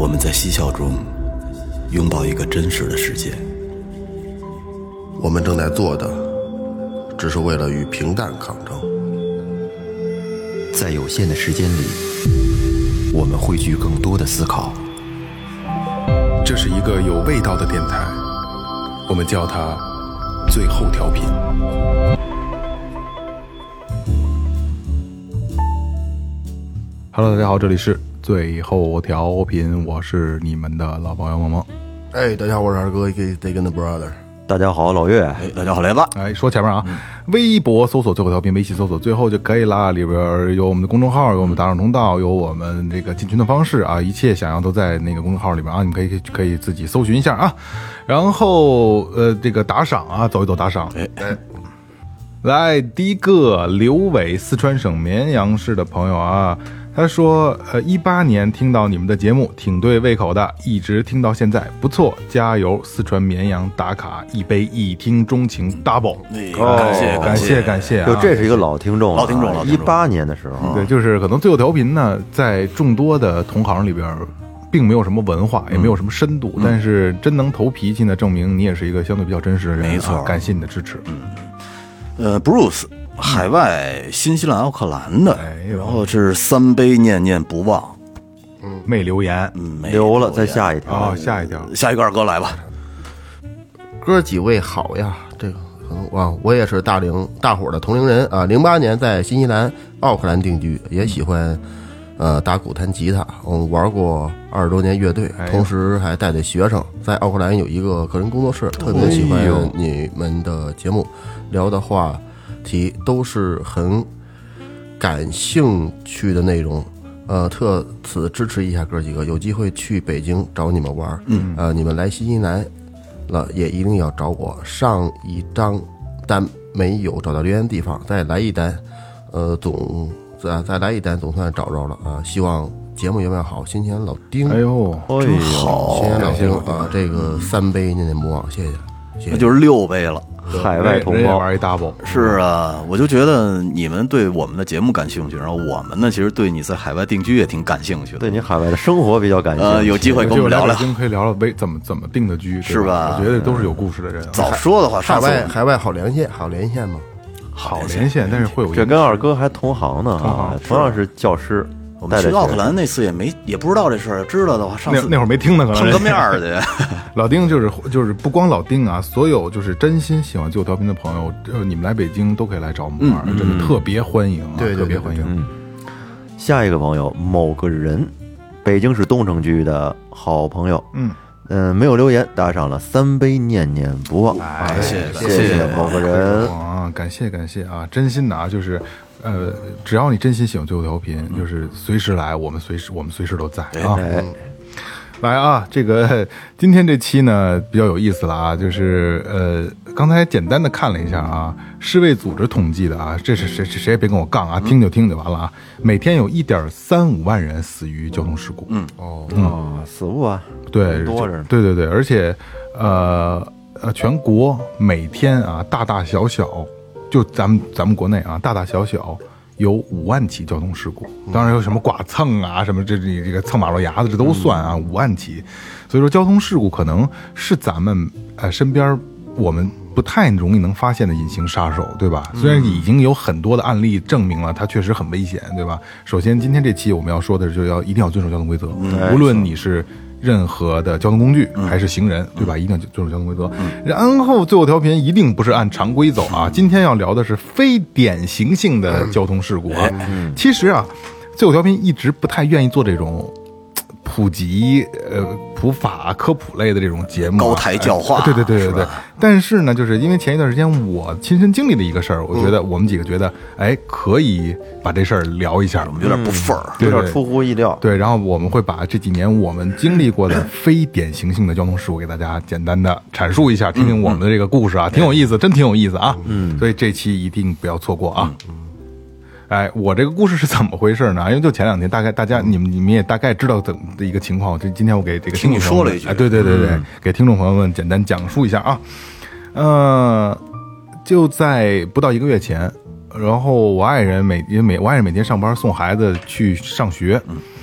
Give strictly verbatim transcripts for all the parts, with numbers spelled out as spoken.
我们在嬉笑中拥抱一个真实的世界。 我们正在做的只是为了与平淡抗争。 在有限的时间里，我们汇聚更多的思考。 这是一个有味道的电台，我们叫它最后调频。 Hello， 大家好，这里是最后调频，我是你们的老朋友萌萌。 哎，大家好，我是二哥 ，Take the brother。 大家好，老岳。 哎，大家好，雷子。 哎，说前面啊，嗯、微博搜索最后调频，微信搜索最后就可以啦。里边有我们的公众号，有我们打赏通道，有我们这个进群的方式啊，一切想要都在那个公众号里边啊，你们可以可以自己搜寻一下啊。然后呃，这个打赏啊，走一走打赏。哎哎，来第一个刘伟，四川省绵阳市的朋友啊。他说呃一八年听到你们的节目挺对胃口的，一直听到现在，不错，加油，四川绵阳打卡一杯一听钟情 double、 哦、感谢感谢感谢啊， 就这是一个老听众、啊、 老听众老听众一八年的时候、 嗯、对，就是可能最后调频呢在众多的同行里边并没有什么文化，也没有什么深度、嗯、但是真能投脾气呢，证明你也是一个相对比较真实的人， 没错、啊、 感谢你的支持。 嗯呃 Bruce海外新西兰奥克兰的、哎、然后是三杯念念不忘， 嗯，没留言， 嗯，没留了，再下一条啊、哦，下一条， 下一个二哥来吧。 哥几位好呀，这个可能哇，我也是大龄大伙的同龄人啊，零八年在新西兰奥克兰定居，也喜欢呃打鼓弹吉他，我玩过二十多年乐队，同时还带带学生，在奥克兰有一个个人工作室，特别喜欢你们的节目，聊的话题都是很感兴趣的内容，呃，特此支持一下哥几个，有机会去北京找你们玩，嗯，呃，你们来新西兰了也一定要找我。上一张单没有找到留言地方，再来一单，呃，总再再来一单，总算找着了啊！希望节目有没有好？新鲜老丁， 哎呦， 真好， 新鲜老丁啊，这个三杯念念不忘，谢谢，谢谢， 那就是六杯了。 海外同胞玩一 double， 是啊，我就觉得你们对我们的节目感兴趣，然后我们呢，其实对你在海外定居也挺感兴趣的， 对你海外的生活比较感兴趣。 呃，有机会跟我们聊聊， 可以聊聊为怎么怎么定的居， 是吧？ 我觉得都是有故事的人。 早说的话， 海外海外好连线，好连线吗？ 好连线，但是会有这跟二哥还同行呢， 同行同样是教师。 我们去奥克兰那次也没也不知道这事儿，知道的话上次那, 那会儿没听呢，可能碰个面儿去。 老丁就是就是不光老丁啊，所有就是真心喜欢最后调频的朋友，呃，你们来北京都可以来找我们玩，嗯、真的特别欢迎、啊， 对， 特别欢迎。 嗯，下一个朋友某个人，北京市东城区的好朋友，嗯嗯、呃，没有留言，打赏了三杯念念不忘， 哎， 谢谢谢谢某个人啊，感谢感谢啊，真心的啊，就是。呃，只要你真心喜欢最后调频，嗯、就是随时来，我们随时我们随时都在啊。 哎、 来啊，这个今天这期呢比较有意思了啊，就是呃，刚才简单的看了一下啊，世卫组织统计的啊，这是谁谁也别跟我杠啊，嗯、听就听就完了啊。每天有一点三五万人死于交通事故。 嗯哦嗯哦，死无啊， 对， 多着呢。 对对对，而且呃呃，全国每天啊，大大小小。就咱们咱们国内啊，大大小小有五万起交通事故，当然有什么剐蹭啊，什么这这这个蹭马路牙子，这都算啊，五万起。所以说交通事故可能是咱们呃身边我们不太容易能发现的隐形杀手，对吧？虽然已经有很多的案例证明了它确实很危险，对吧？首先今天这期我们要说的是，就要一定要遵守交通规则，无论你是任何的交通工具还是行人，对吧？一定要遵守交通规则。然后最后调频一定不是按常规走啊。今天要聊的是非典型性的交通事故啊。其实啊，最后调频一直不太愿意做这种普及呃普法科普类的这种节目、啊， 高台教化。 哎、对对对对对。但是呢，就是因为前一段时间我亲身经历的一个事儿，我觉得我们几个觉得，哎，可以把这事儿聊一下， 我们有点不忿儿、 嗯，有点出乎意料。 对，然后我们会把这几年我们经历过的非典型性的交通事故给大家简单的阐述一下，听听我们的这个故事啊，挺有意思，真挺有意思啊。嗯，所以这期一定不要错过啊。嗯哎，我这个故事是怎么回事呢？因为就前两天，大概大家你们你们也大概知道怎么的一个情况。这今天我给这个听众朋友们， 说了一句， 哎，对对对对，嗯、给听众朋友们简单讲述一下啊。呃，就在不到一个月前，然后我爱人每因为每我爱人每天上班送孩子去上学，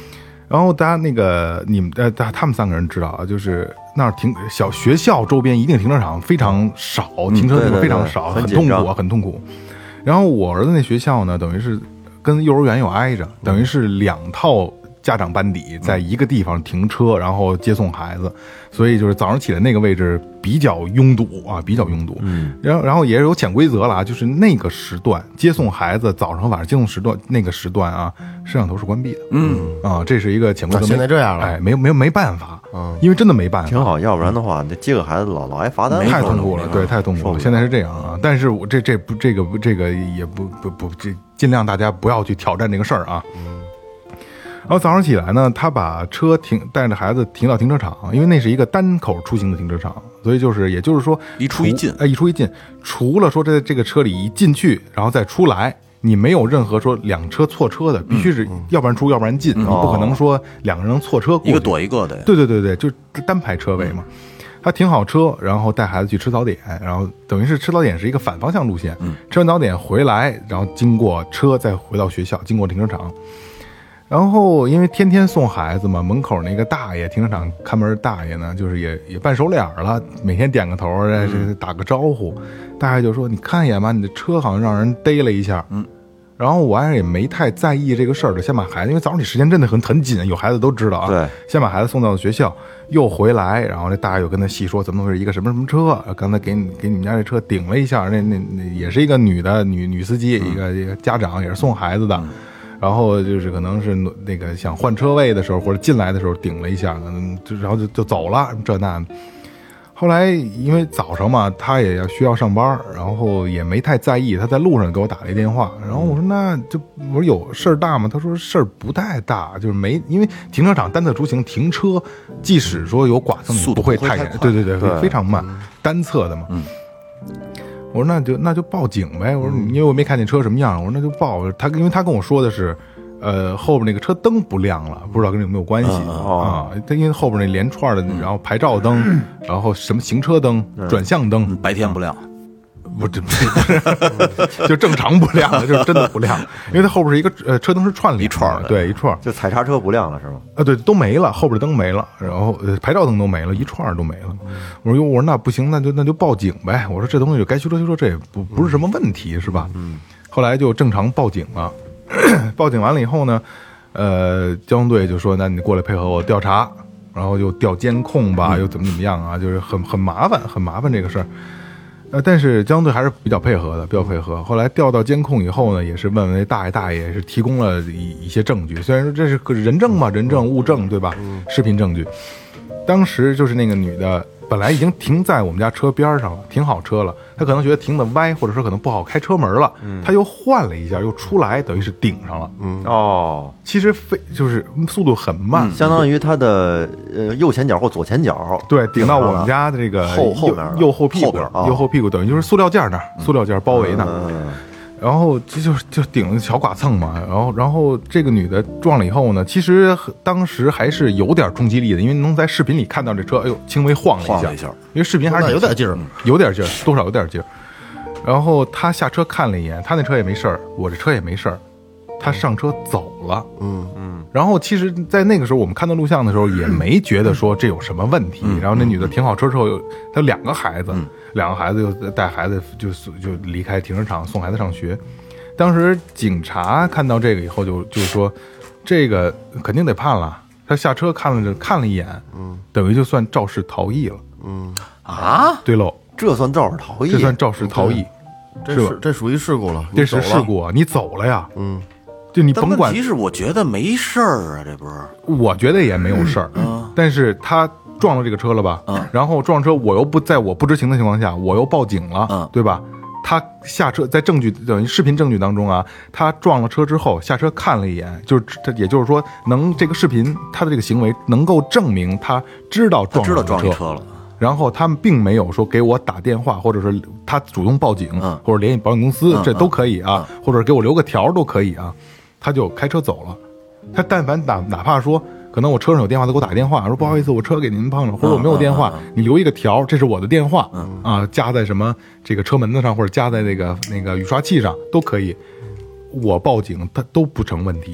然后大家那个你们呃，他们三个人知道啊，就是那儿停小学校周边一定停车场非常少，停车地方非常少，很痛苦啊，很痛苦。然后我儿子那学校呢，等于是跟幼儿园又挨着，等于是两套家长班底在一个地方停车，然后接送孩子，所以就是早上起来那个位置比较拥堵啊，比较拥堵。嗯，然后然后也有潜规则了啊，就是那个时段接送孩子，早上晚上接送时段那个时段啊，摄像头是关闭的。嗯啊，这是一个潜规则。 现在这样了， 哎，没没没办法，嗯，因为真的没办法。 挺好，要不然的话，接个孩子老老挨罚单， 太痛苦了，对，太痛苦了。现在是这样啊，但是我这这不这个不这个也不不不这尽量大家不要去挑战这个事儿啊。嗯。然后早上起来呢，他把车停，带着孩子停到停车场，因为那是一个单口出行的停车场，所以就是也就是说一出一进， 哎，一出一进，除了说在这个车里一进去，然后再出来，你没有任何说两车错车的，必须是要不然出，要不然进，你不可能说两个人错车过去， 一个躲一个的。 对对对对，就单排车位嘛。他停好车，然后带孩子去吃早点，然后等于是吃早点是一个反方向路线，吃完早点回来，然后经过车再回到学校，经过停车场。然后因为天天送孩子嘛，门口那个大爷，停车场看门大爷呢，就是也也办熟脸了，每天点个头，这打个招呼。大爷就说：“你看一眼吧，你的车好像让人逮了一下。”嗯，然后我爱人也没太在意这个事儿，就先把孩子，因为早上起时间真的很很紧，有孩子都知道啊。 对， 先把孩子送到学校，又回来，然后这大爷又跟他细说怎么回事，一个什么什么车，刚才给你给你们家这车顶了一下，那那那也是一个女的女女司机，一个一个家长也是送孩子的。嗯，然后就是可能是那个想换车位的时候，或者进来的时候顶了一下，嗯，就然后就就走了，这那。后来因为早上嘛，他也要需要上班，然后也没太在意，他在路上给我打了一电话，然后我说那就我说有事儿大吗？他说事儿不太大，就是没因为停车场单侧出行停车，即使说有剐蹭， 速度不会太严，对对对， 对非常慢，嗯，单侧的嘛。嗯。我说那就那就报警呗。我说因为我没看见车什么样，我说那就报。他因为他跟我说的是，呃，后边那个车灯不亮了，不知道跟这有没有关系、嗯、啊？他因为后边那连串的，然后牌照灯，嗯、然后什么行车灯、嗯、转向灯， 白天不亮。 不，这不是，就正常不亮了，就是真的不亮，因为它后边是一个呃车灯是串了一串的，对，一串， 就踩刹车不亮了是吗？ 啊，对，都没了，后边灯没了，然后呃牌照灯都没了，一串都没了。我说，我说那不行，那就那就报警呗。我说这东西就该修车修车，这也不不是什么问题，是吧？嗯。后来就正常报警了，报警完了以后呢，呃，交通队就说，那你过来配合我调查，然后又调监控吧，又怎么怎么样啊，就是很很麻烦，很麻烦这个事儿。呃，但是交通队还是比较配合的，比较配合。后来调到监控以后呢，也是问问那大爷，大爷是提供了一一些证据，虽然说这是个人证嘛，人证物证对吧？视频证据。当时就是那个女的本来已经停在我们家车边上了，停好车了，她可能觉得停的歪，或者说可能不好开车门了，她又换了一下，又出来，等于是顶上了。 嗯哦， 其实非就是速度很慢， 嗯、相当于她的呃右前脚或左前脚， 对，顶到我们家的这个后后面右后屁股，右后屁股等于就是塑料件那儿，塑料件包围的。 嗯然后这就就顶了小剐蹭嘛，然后然后这个女的撞了以后呢，其实当时还是有点冲击力的，因为能在视频里看到这车，哎呦，轻微晃了一下， 晃了一下， 因为视频还是有点劲儿， 有点劲儿，多少有点劲儿。然后他下车看了一眼，他那车也没事儿，我这车也没事儿，他上车走了， 嗯嗯。 然后其实，在那个时候我们看到录像的时候，也没觉得说这有什么问题。 嗯、 然后那女的停好车之后，有她有两个孩子，嗯、两个孩子又带孩子就就离开停车场送孩子上学。当时警察看到这个以后就，就就说，这个肯定得判了。他下车看了看了一眼，嗯，等于就算肇事逃逸了， 嗯啊， 对喽， 这算肇事逃逸， 这算肇事逃逸， 这是这属于事故了， 这是事故啊，你走了呀， 嗯， 就你甭管。 其实我觉得没事儿啊，这不是， 我觉得也没有事儿，嗯，但是他撞了这个车了吧，嗯，然后撞车，我又不在我不知情的情况下，我又报警了，嗯，对吧？他下车，在证据等于视频证据当中啊，他撞了车之后下车看了一眼，就是他，也就是说，能这个视频他的这个行为能够证明他知道撞了知道撞车了， 然后他们并没有说给我打电话，或者是他主动报警，嗯、或者联系保险公司，嗯、这都可以啊，嗯、或者给我留个条都可以啊，他就开车走了。他但凡哪哪怕说。可能我车上有电话，他给我打个电话，说不好意思，我车给您碰了，或者我没有电话，你留一个条，这是我的电话，啊，加在什么这个车门子上，或者加在那个那个雨刷器上都可以。我报警，他都不成问题。嗯，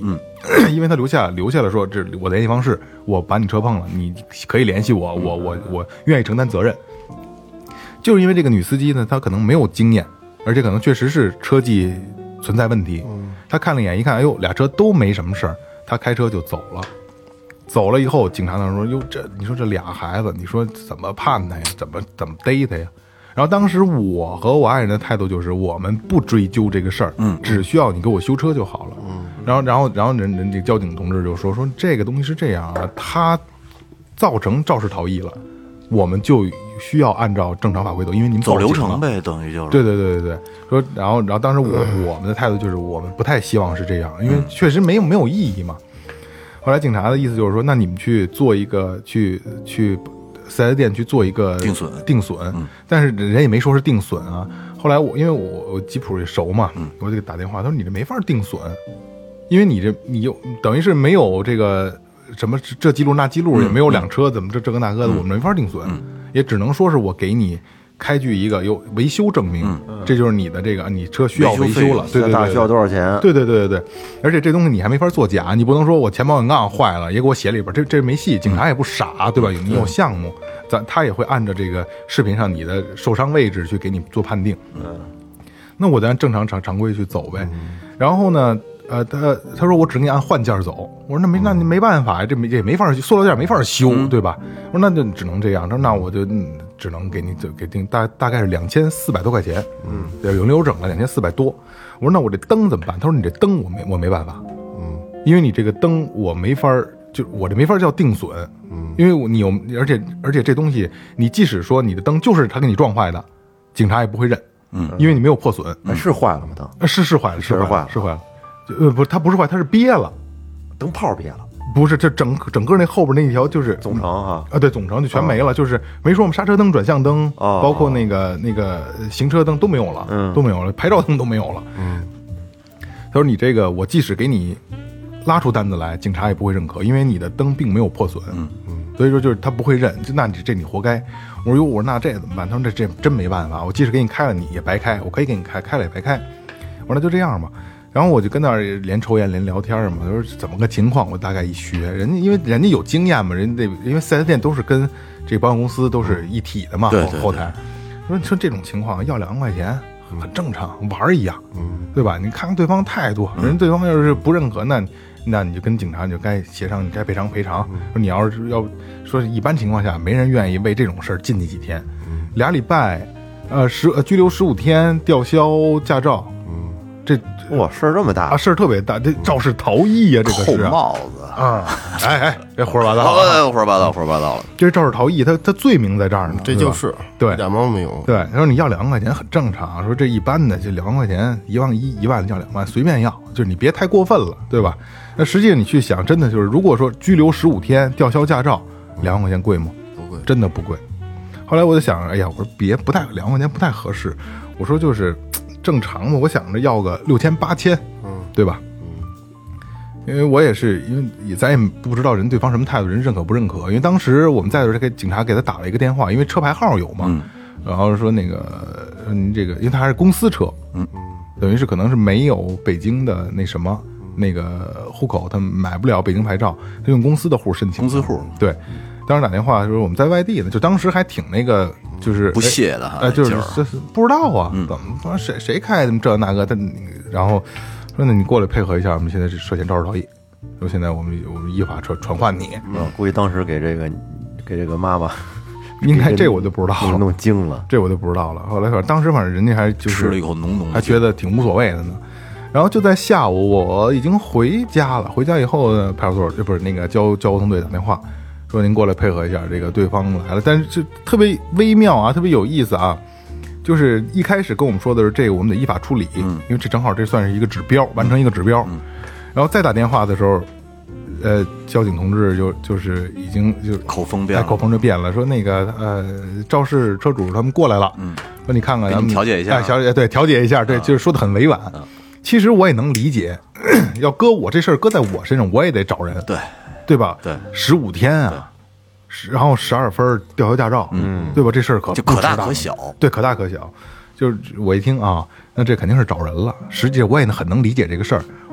因为他留下留下了说这我的联系方式，我把你车碰了，你可以联系我，我我我愿意承担责任。就是因为这个女司机呢，她可能没有经验，而且可能确实是车技存在问题。她看了一眼，一看，哎呦，俩车都没什么事儿，她开车就走了。走了以后，警察那说：“哟，这你说这俩孩子，你说怎么判他呀？怎么怎么逮他呀？”然后当时我和我爱人的态度就是，我们不追究这个事儿，嗯，只需要你给我修车就好了。嗯，然后然后然后人人这交警同志就说说这个东西是这样啊，他造成肇事逃逸了，我们就需要按照正常法规走，因为你们走流程呗，等于就是。 对对对对对，说然后然后当时我我们的态度就是，我们不太希望是这样，因为确实没有没有意义嘛。后来警察的意思就是说，那你们去做一个去去四 S 店去做一个定损定损、嗯，但是人也没说是定损啊。后来我因为我我吉普也熟嘛，嗯、我就给打电话，他说你这没法定损，因为你这你有等于是没有这个什么这记录那记录，也没有两车怎么这这个那个的，我们没法定损、嗯，也只能说是我给你开具一个有维修证明、嗯，这就是你的这个你车需要维修了，对对对， 需要多少钱？ 对对对对对，而且这东西你还没法作假，你不能说我前保险杠坏了也给我写里边，这这没戏，警察也不傻，对吧？你有项目，咱他也会按照这个视频上你的受伤位置去给你做判定。嗯，那我咱正常常常规去走呗。然后呢，呃，他他说我只给你按换件走，我说那没那你没办法，这没这没法塑料件没法修，嗯、对吧？我说那就只能这样，他说那我就。嗯只能给你就给定大大概是两千四百多块钱，嗯，有零有整了两千四百多。我说那我这灯怎么办？他说你这灯我没我没办法，嗯，因为你这个灯我没法就我这没法叫定损，嗯，因为你有而且而且这东西你即使说你的灯就是他给你撞坏的，警察也不会认，嗯，因为你没有破损， 嗯、是坏了吗？灯是是坏了，是坏了， 是坏了，呃不，它不是坏，它是憋了， 灯泡憋了。 不是，这整整个那后边那一条就是总成哈啊，对，总成就全没了，哦、就是没说我们刹车灯、转向灯，哦、包括那个那个行车灯都没有了，嗯，都没有了，牌照灯都没有了。嗯，他说你这个，我即使给你拉出单子来，警察也不会认可，因为你的灯并没有破损。嗯嗯，所以说就是他不会认，那你这你活该。我说哟，我说那这怎么办？他说这这真没办法，我即使给你开了，你也白开，我可以给你开，开了也白开。我说那就这样吧。然后我就跟那儿连抽烟连聊天嘛，他说怎么个情况，我大概一学，人家因为人家有经验嘛，人家因为四 S 店都是跟这个保险公司都是一体的嘛， 对对对后台说说这种情况要两万块钱很正常，玩一样，嗯，对吧？你看看对方态度，人对方要是不认可，那那你就跟警察你就该协商，你该赔偿赔偿。说你要是要说一般情况下没人愿意为这种事儿进去几天，俩礼拜，呃十呃拘留十五天，吊销驾照，嗯，这。 哇，事儿这么大啊！事儿特别大，这肇事逃逸呀、啊，这个是扣帽子啊！哎哎，别胡说八道， 胡说八道，胡说八道了。 这是肇事逃逸，他他罪名在这儿呢， 这就是对， 一点毛没有。 对，他说你要两万块钱很正常，说这一般的就两万块钱，一万一一万要两万随便要，就是你别太过分了，对吧？那实际上你去想，真的就是，如果说拘留十五天，吊销驾照，两万块钱贵吗？ 不贵， 真的不贵。后来我就想，哎呀，我说别不太两万块钱不太合适，我说就是。正常嘛，我想着要个六千八千，嗯，对吧？嗯，因为我也是，因为也咱也不知道人对方什么态度，人认可不认可。因为当时我们在的时候，给警察给他打了一个电话，因为车牌号有嘛，嗯、然后说那个您这个，因为他还是公司车，嗯嗯，等于是可能是没有北京的那什么那个户口，他买不了北京牌照，他用公司的户申请， 公司户， 对。当时打电话说我们在外地呢，就当时还挺那个，就是不屑的哈， 哎，就是就是不知道啊，嗯、怎么说谁谁开的这那个，他然后说那你过来配合一下，我们现在是涉嫌肇事逃逸，说现在我们我们依法传传唤你， 嗯，估计当时给这个给这个妈妈， 应该这我就不知道了， 弄惊了， 这我就不知道了。后来反正当时反正人家还就是吃了一口浓浓的， 还觉得挺无所谓的呢。然后就在下午，我已经回家了，回家以后呢，派出所不是那个交交通队打电话。说您过来配合一下，这个对方来了，但是这特别微妙啊，特别有意思啊。就是一开始跟我们说的是这个，我们得依法处理，嗯，因为这正好这算是一个指标，完成一个指标。嗯、然后再打电话的时候，呃，交警同志就就是已经就口风变了， 哎、口风就变了，说那个呃，肇事车主他们过来了，嗯，说你看看咱们调解一下， 哎，调解对调解一下，这就是说的很委婉。嗯、其实我也能理解，要搁我这事儿搁在我身上，我也得找人， 对。 对吧？ 对， 十五天啊，然后十二分吊销驾照，嗯，对吧？这事儿可就可大可小， 对，可大可小。就是我一听啊，那这肯定是找人了。实际我也很能理解这个事儿。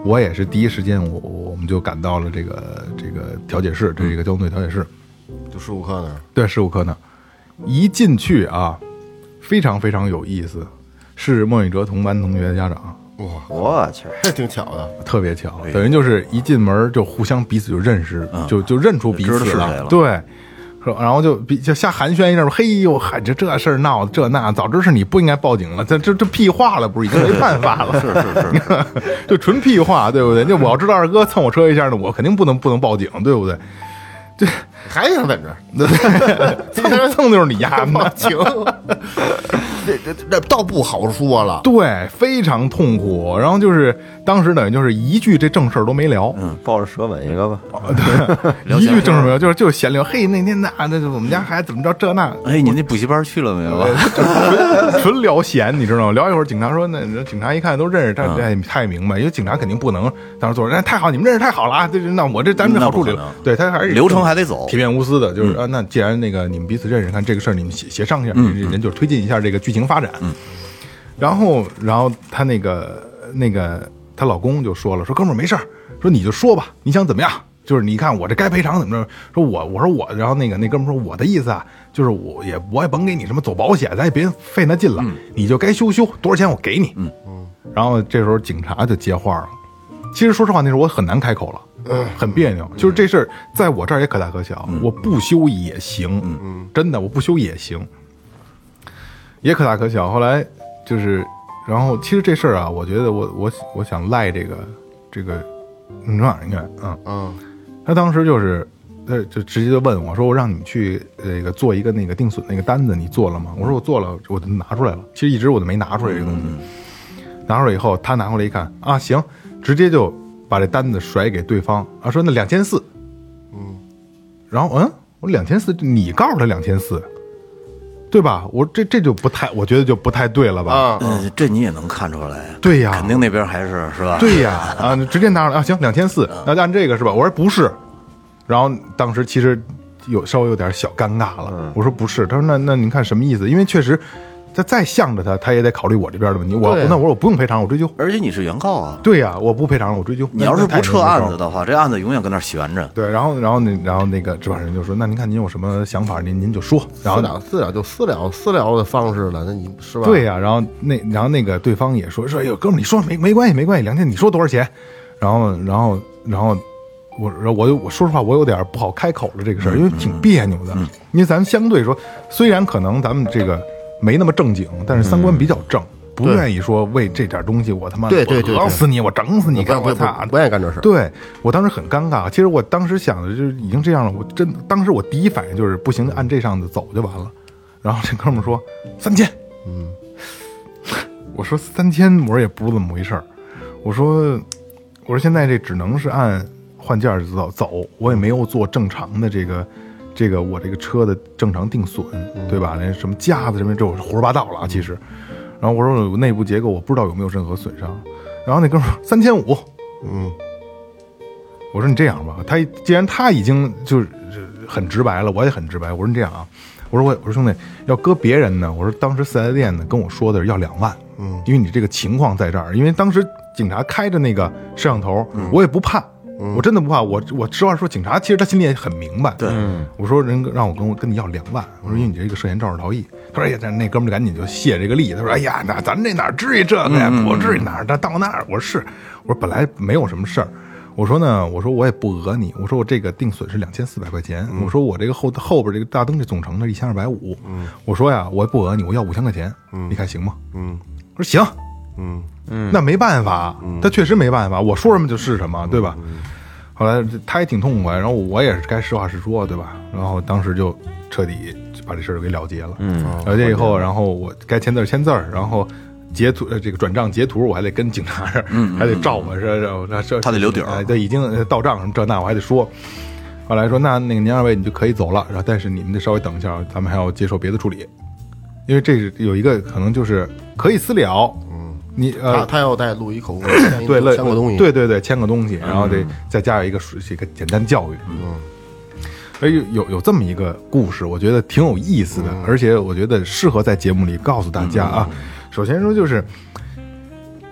我也是第一时间我我们就赶到了这个这个调解室，这是一个交通队调解室， 就事务科那儿。 对，事务科那儿一进去啊，非常非常有意思，是孟雨哲同班同学的家长。 哇， 我去， 这挺巧的， 特别巧，等于就是一进门就互相彼此就认识， 嗯、 就就认出彼此了。 了对，然后就比就瞎寒暄一阵，嘿呦，喊这这事儿闹的这那，早知是你不应该报警了，这这这屁话了，不是已经没办法了？ 是是是， 就纯屁话，对不对？就我要知道二哥蹭我车一下呢，我肯定不能不能报警，对不对？这还想在这儿，蹭蹭就是你丫报警。这这这倒不好说了， 对，非常痛苦。然后就是当时等于就是一句这正事儿都没聊， 嗯，抱着舌吻一个吧， 对，一句正事没有，就是就是闲聊。嘿，那天那那我们家孩子怎么着这那？ 哎，你那补习班去了没有？ 纯纯聊闲，你知道吗？聊一会儿，警察说那警察一看都认识他，哎，太明白，因为警察肯定不能当时做人，太好，你们认识太好了啊！这那我这咱们好处理了，对他还是流程还得走， 铁面无私的，就是啊，那既然那个你们彼此认识，看这个事儿你们协协商一下，人就推进一下这个剧情发展。 嗯， 然后，然后他那个那个她老公就说了，说哥们儿没事儿，说你就说吧，你想怎么样？就是你看我这该赔偿怎么着？说我我说我，然后那个那哥们儿说我的意思啊，就是我也我也甭给你什么走保险，咱也别费那劲了，嗯、你就该修修，多少钱我给你。嗯嗯。然后这时候警察就接话了，其实说实话那时候我很难开口了。嗯，很别扭，就是这事儿在我这儿也可大可小，嗯、我不修也行，嗯，真的我不修也行，也可大可小。后来就是，然后其实这事儿啊，我觉得我我我想赖这个这个女网人员，嗯嗯，他当时就是他就直接就问我说，我让你们去那个做一个那个定损那个单子，你做了吗？我说我做了，我都拿出来了。其实一直我都没拿出来这个东西，嗯、拿出来以后，他拿过来一看啊，行，直接就把这单子甩给对方啊，说那两千四，嗯，然后嗯，我两千四，你告诉他两千四，对吧？我这这就不太，我觉得就不太对了吧？ 啊，呃，这你也能看出来， 对呀， 肯定那边还是是吧？ 对呀，啊，直接拿上来啊，行，两千四，那就按这个是吧？我说不是，然后当时其实有稍微有点小尴尬了，嗯、我说不是，他说那那您看什么意思？因为确实。他再向着他，他也得考虑我这边的问题。我那我说我不用赔偿，我追究。 而且你是原告啊。 对呀、啊，我不赔偿，我追究。 你要是不撤案子的话，这案子永远跟那悬着。 对，然后然后那然后那个执法人就说：“那您看您有什么想法，您您就说。”然后私了私了就私了私了的方式了，那你是吧？ 对呀、啊，然后那然后那个对方也说说：“哎呦，哥们儿，你说没没关系没关系，梁天你说多少钱？”然后然后然后我我我说实话，我有点不好开口了这个事儿，因为挺别扭的。嗯、因为咱们相对说，虽然可能咱们这个。没那么正经，但是三观比较正，嗯、不愿意说为这点东西我他妈对对对， 讹死你，我整死你， 干我操， 不愿意干这事。 对我当时很尴尬，其实我当时想的就是已经这样了，我真当时我第一反应就是不行，按这上子走就完了。然后这哥们儿说三千，嗯，我说三千，我说也不是这么回事儿，我说我说现在这只能是按换件走走，我也没有做正常的这个。这个我这个车的正常定损，对吧？那什么架子什么，这我是胡说八道了啊！其实，然后我说我内部结构我不知道有没有任何损伤，然后那哥们儿三千五，嗯，我说你这样吧，他既然他已经就是很直白了，我也很直白，我说你这样啊，我说我我说兄弟，要搁别人呢，我说当时四 S 店呢跟我说的是要两万，嗯，因为你这个情况在这儿，因为当时警察开着那个摄像头，嗯、我也不怕。我真的不怕，我我实话说，警察其实他心里也很明白。对，我说人让我跟我跟你要两万，我说因为你这个涉嫌肇事逃逸。他说哎呀，那哥们儿赶紧就谢这个力。他说哎呀，那咱这哪至于这个呀？不至于哪儿，他到那儿。我说是，我说本来没有什么事儿。我说呢，我说我也不讹你。我说我这个定损是两千四百块钱。我说我这个后后边这个大灯这总成的一千二百五。我说呀，我也不讹你，我要五千块钱，你看行吗？嗯，我说行。嗯嗯，那没办法，他确实没办法，我说什么就是什么，对吧？后来他也挺痛快，然后我也是该实话实说，对吧？然后当时就彻底把这事儿给了结了。嗯，了结以后，然后我该签字签字，然后截图呃这个转账截图，我还得跟警察这，嗯，还得照我这这这， 他得留底儿， 哎，对，已经到账什么这那我还得说。后来说那那个您二位你就可以走了，然后但是你们得稍微等一下，咱们还要接受别的处理，因为这是有一个可能就是可以私了。你呃， 他他要带录一口供， 对， 签个东西， 对对对，签个东西，然后得再加上一个一个简单教育，嗯，所以有有这么一个故事，我觉得挺有意思的，而且我觉得适合在节目里告诉大家啊。首先说就是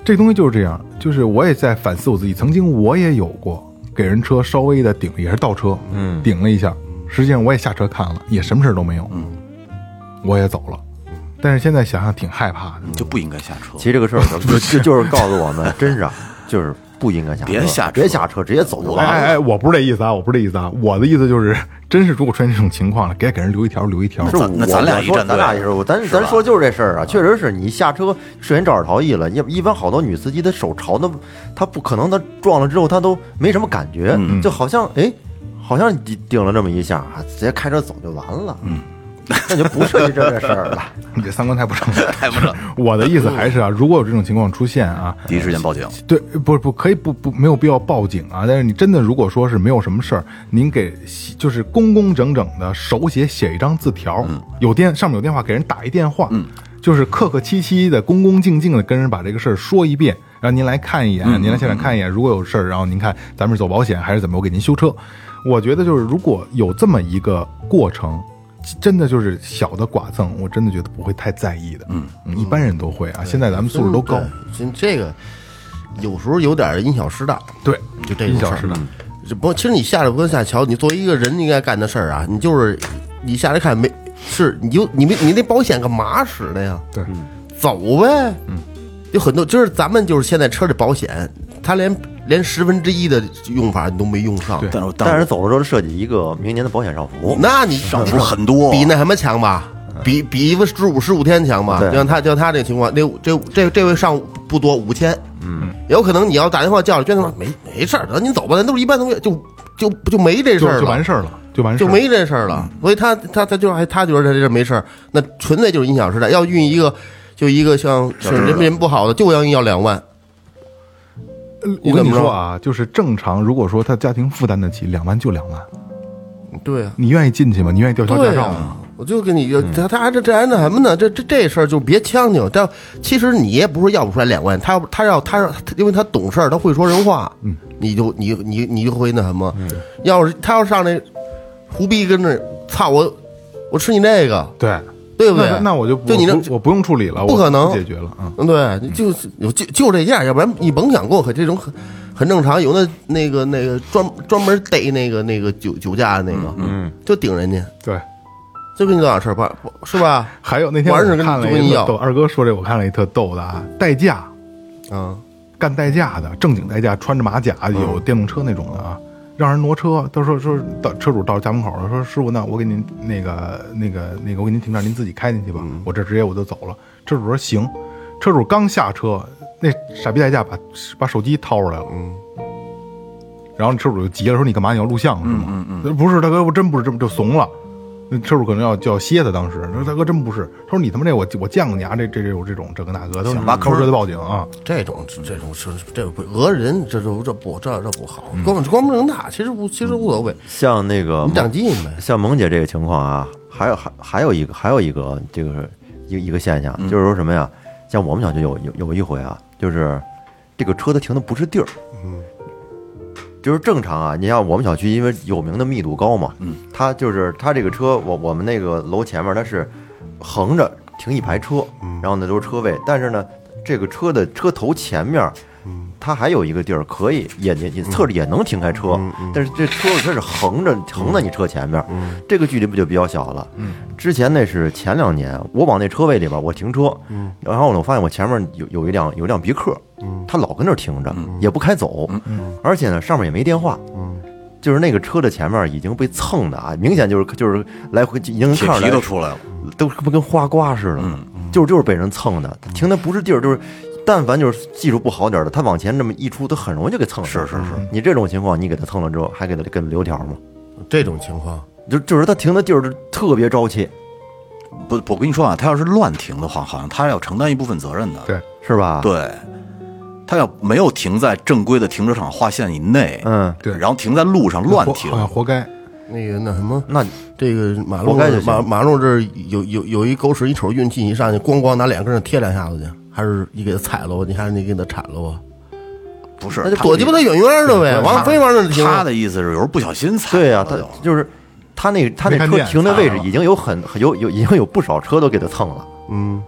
这东西就是这样，就是我也在反思我自己，曾经我也有过给人车稍微的顶，也是倒车，嗯，顶了一下，实际上我也下车看了，也什么事都没有，嗯，我也走了。但是现在想想挺害怕的， 就不应该下车。 其实这个事儿就就就是告诉我们，真是啊，就是不应该下车， 别下别下车，直接走就完了。 哎哎，我不是这意思啊，我不是这意思啊，我的意思就是，真是如果出现这种情况了，给给人留一条留一条。 是那咱俩一站队， 咱俩也是，咱咱说就是这事儿啊，确实是你下车瞬间肇事逃逸了。一一般好多女司机她手朝的，她不可能她撞了之后她都没什么感觉， 嗯、 就好像哎，好像顶了这么一下，直接开车走就完了。嗯。那就不涉及这个事儿了。 你这三观太不正， 太不正。 我的意思还是啊，如果有这种情况出现啊， 第一时间报警。 对，不不可以不不没有必要报警啊。但是你真的如果说是没有什么事儿，您给就是工工整整的手写写一张字条，嗯、有电上面有电话给人打一电话，嗯，就是客客气气的、恭恭敬敬的跟人把这个事儿说一遍，让您来看一眼，嗯、您来现场看一眼。如果有事儿，然后您看咱们是走保险还是怎么，我给您修车。我觉得就是如果有这么一个过程。真的就是小的剐蹭，我真的觉得不会太在意的。嗯，一般人都会啊。现在咱们素质都高， 这个有时候有点因小失大。 对， 就这因小失大。 这不，其实你下来不跟下桥，你作为一个人应该干的事儿啊，你就是你下来看没是，你就你没你那保险干嘛使的呀？ 对， 走呗。嗯，有很多就是咱们就是现在车的保险，它连。连十分之一的用法你都没用上， 但是但是走了之后设计一个明年的保险上浮， 那你上浮很多， 比那什么强吧？比比一个十五十五天强吧？就像他就像他这个情况，那这这这位上不多五千，嗯，有可能你要打电话叫了，娟子说没没事儿，等您走吧，咱都是一般同学，就就就没这事儿了， 就完事儿了，就完事就没这事儿了。所以他他他就还他觉得他这没事儿，那纯粹就是因小失大。要运一个就一个像是人人不好的，就要运要两万。 我跟你说啊，就是正常，如果说他家庭负担得起，两万就两万。 对啊， 你愿意进去吗？你愿意吊销驾照吗？ 啊、我就跟你，他他还这这还那什么呢？这这这事儿就别将就。但其实你也不是要不出来两万，他他要他要，因为他懂事儿，他会说人话，嗯，你就你你你就会那什么。嗯、要是他要上那胡逼跟那操我，我吃你那个， 对。 对不对？ 那, 那我就不就你我不用处理了， 不可能解决了。 嗯，对，就是有就就这样，要不然你甭想过，可这种很很正常。有那那个那个专专门逮那个那个酒酒驾那个，嗯，就顶人家， 对， 就跟你多少事儿吧，是吧？ 还有那天我看了一个逗，二哥说这我看了一特逗的啊，代驾，啊，干代驾的正经代驾，穿着马甲，有电动车那种的啊。让人挪车，他说说到车主到家门口了，说师傅，那我给您那个那个那个我给您停这儿，您自己开进去吧，嗯、我这直接我就走了。车主说行，车主刚下车，那傻逼代驾把把手机掏出来了，嗯，然后车主就急了，说你干嘛？你要录像是吗？嗯嗯嗯，不是大哥，我真不是这么就怂了。那车主可能要就要歇他，当时他说大哥真不是，他说你他妈这我我见过你啊，这这这有这种这个那个，都是挖坑就得报警啊， 这种这种是这不讹人，这这这不这这不好，光光不正大，其实不其实无所谓。 像那个你长进呗， 像萌姐这个情况啊，还有还还有一个还有一个这个一个一个现象，就是说什么呀？像我们小区有有有一回啊，就是这个车它停的不是地儿，嗯。就是正常啊，你像我们小区，因为有名的密度高嘛，嗯，它就是它这个车，我我们那个楼前面它是横着停一排车，嗯，然后呢都是车位，但是呢，这个车的车头前面，嗯，它还有一个地儿可以也也也侧着也能停开车，嗯嗯、但是这车它是横着横在你车前面，嗯，这个距离不就比较小了？嗯，之前那是前两年，我往那车位里边我停车，嗯，然后我发现我前面有有一辆有一辆别克。嗯，他老跟那儿停着，嗯、也不开走，嗯嗯、而且呢，上面也没电话，嗯，就是那个车的前面已经被蹭的啊，明显就是就是来回已经看皮都出来了， 都不跟花瓜似的，嗯嗯、就是就是被人蹭的，停的不是地儿，就是但凡就是技术不好点的，他往前这么一出，他很容易就给蹭。 是是是， 你这种情况，你给他蹭了之后，还给他给他留条吗？ 这种情况， 就就是他停的地儿就特别招气。 不，我跟你说啊，他要是乱停的话，好像他要承担一部分责任的， 对， 是吧？ 对。他要没有停在正规的停车场划线以内，嗯， 对， 然后停在路上乱停， 好像活该。 那个那什么， 那这个马路马马路这儿有有有一狗屎，一瞅运气，你上去咣咣拿两根贴两下子去，还是你给他踩了，你还是你给他铲了啊？ 不是， 那就躲鸡巴他远远的呗，王飞往那停。 他的意思是有时候不小心踩。 对呀、啊，他就是他那他那车停的位置已经有很有有已经有不少车都给他蹭了， 嗯。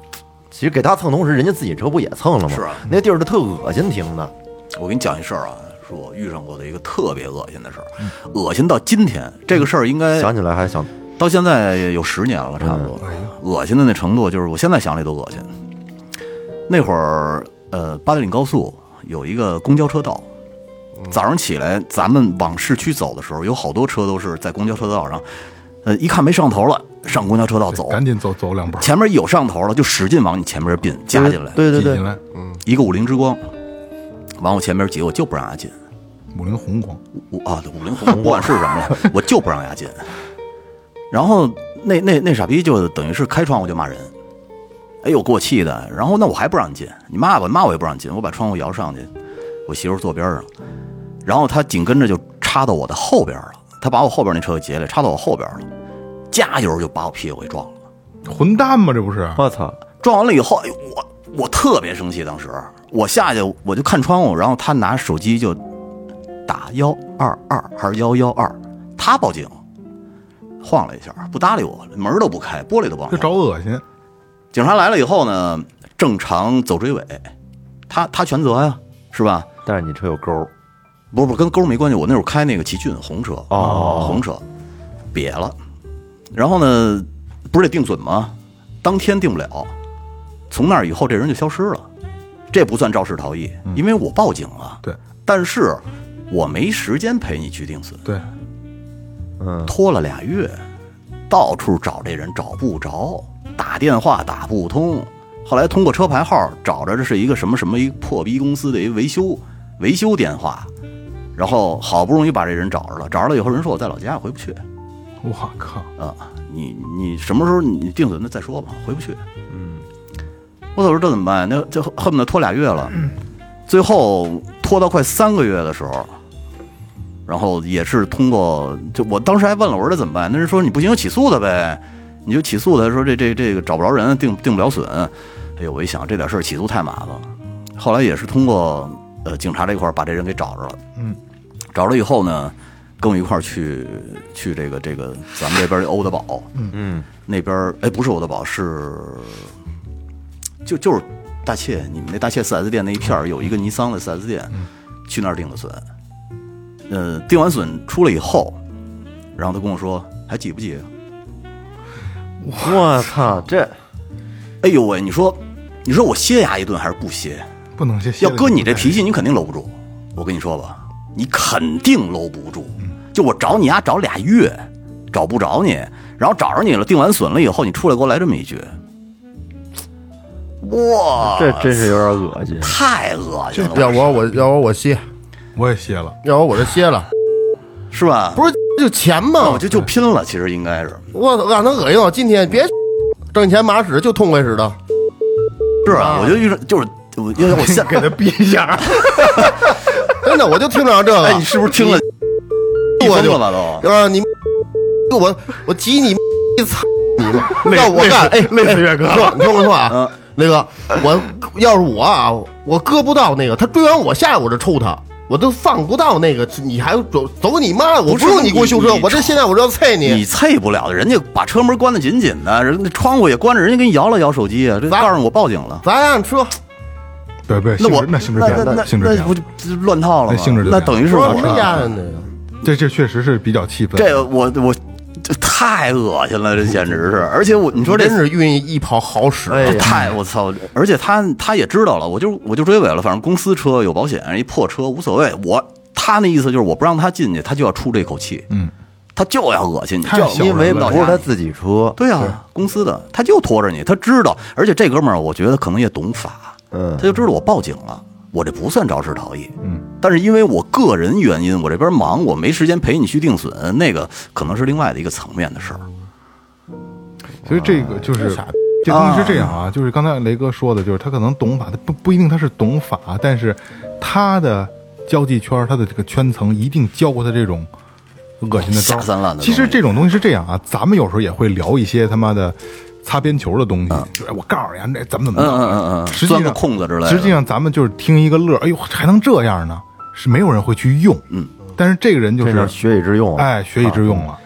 其实给他蹭同时，人家自己车不也蹭了吗？ 是啊， 那地儿就特恶心停的。 我给你讲一事儿啊，是我遇上过的一个特别恶心的事儿，恶心到今天这个事儿应该想起来还想到现在有十年了，差不多。恶心的那程度，就是我现在想起都恶心。那会儿，呃，八达岭高速有一个公交车道，早上起来咱们往市区走的时候，有好多车都是在公交车道上，呃，一看没摄像头了，上公交车道走， 赶紧走走两步。 前面有摄像头了，就使劲往你前面并加进来。 对对对挤进，来， 嗯， 一个五菱之光，往我前面挤，我就不让他进。 五菱宏光， 五啊，五菱宏光不管是什么了，我就不让他进。然后那那那傻逼就等于是开窗户就骂人，哎呦给我气的。然后那我还不让你进，你骂我骂我也不让你进，我把窗户摇上去，我媳妇坐边上，然后他紧跟着就插到我的后边了，他把我后边那车给截了，插到我后边了，加油就把我屁股给撞了。 混蛋吗？这不是？ 我操！ 撞完了以后，哎呦我我特别生气，当时我下去我就看窗户，然后他拿手机就打幺二二还是幺幺二，他报警，晃了一下不搭理我，门都不开，玻璃都不往就开。 找恶心。 警察来了以后呢，正常走追尾，他他全责呀，是吧？ 但是你车有钩， 不是不是跟钩没关系，我那会儿开那个奇骏红车， 哦红车，瘪了，然后呢，不是得定损吗？当天定不了，从那儿以后这人就消失了，这不算肇事逃逸，因为我报警了， 对， 但是我没时间陪你去定损， 对， 嗯， 拖了俩月，到处找这人找不着，打电话打不通，后来通过车牌号找着这是一个什么什么一破逼公司的一维修维修电话，然后好不容易把这人找着了，找着了以后人说我在老家回不去我靠， 啊，你你什么时候你定损那再说吧，回不去。嗯，我说这怎么办？那就恨不得拖俩月了，最后拖到快三个月的时候。然后也是通过，就我当时还问了我说这怎么办？那人说你不行就起诉他呗，你就起诉他，说这这这个找不着人，定定不了损。哎呦，我一想这点事儿起诉太麻烦了。后来也是通过呃警察这块把这人给找着了， 嗯， 找着以后呢，跟我一块儿去去这个这个咱们这边的欧德堡， 嗯， 那边哎不是欧德堡是就就是大切，你们那大切 四 S 店那一片儿有一个尼桑的 四 S 店，去那儿定的损。呃，定完损出来以后，然后他跟我说还急不急啊？ 我操，这哎呦喂，你说你说我歇牙一顿还是不歇？ 不能歇。 要搁你这脾气，你肯定搂不住。我跟你说吧，你肯定搂不住。就我找你丫找俩月，找不着你，然后找着你了，定完损了以后，你出来给我来这么一句，哇， 这真是有点恶心。 太恶心了， 要我我要我我歇， 我也歇了。 要我我就歇了， 是吧？ 不是就钱吗？ 那我就就拼了，其实应该是我让他恶心我，今天别挣钱马使就痛快使的， 是啊，我就遇上就是我因为我现给他逼一下， 真的我就听着这个， 哎，你是不是听了一我就疯了吧都？ 啊你我我急你你操你妈！要我干哎， 累死岳哥了。你听我说啊嗯， 那个我要是我啊，我割不到那个，他追完我下来我就抽他。我都放不到那个，你还走走你妈！我不用你给我修车，我这现在我就要啐你。 你啐不了的，人家把车门关得紧紧的，人家窗户也关着，人家给你摇了摇手机啊，这告诉我报警了。 咱让车， 对对， 那我那性质变了， 那那性质变了。 那不就乱套了吗？ 那性质就变了那等于是说我什么家人的？ 这这确实是比较气愤。 这个我我这太恶心了，这简直是！而且我你说这真是愿意一跑好使。 哎呀太我操！而且他他也知道了，我就我就追尾了，反正公司车有保险，一破车无所谓。我他那意思就是我不让他进去，他就要出这口气， 嗯， 他就要恶心你，就要太小因为到不是他自己车， 对啊，公司的他就拖着你，他知道，而且这哥们儿我觉得可能也懂法， 嗯他就知道我报警了，我这不算肇事逃逸，嗯，但是因为我个人原因，我这边忙，我没时间陪你去定损，那个可能是另外的一个层面的事儿。 所以这个就是这东西是这样啊，就是刚才雷哥说的，就是他可能懂法，他不不一定他是懂法，但是他的交际圈，他的这个圈层一定教过他这种恶心的招下三滥的东西。 其实这种东西是这样啊，咱们有时候也会聊一些他妈的擦边球的东西，就是我告诉你，那怎么怎么嗯着， 嗯嗯嗯， 实际上钻个空子之类的。 实际上咱们就是听一个乐，哎呦还能这样呢，是没有人会去用， 嗯， 但是这个人就是这是学以致用啊。 哎学以致用了。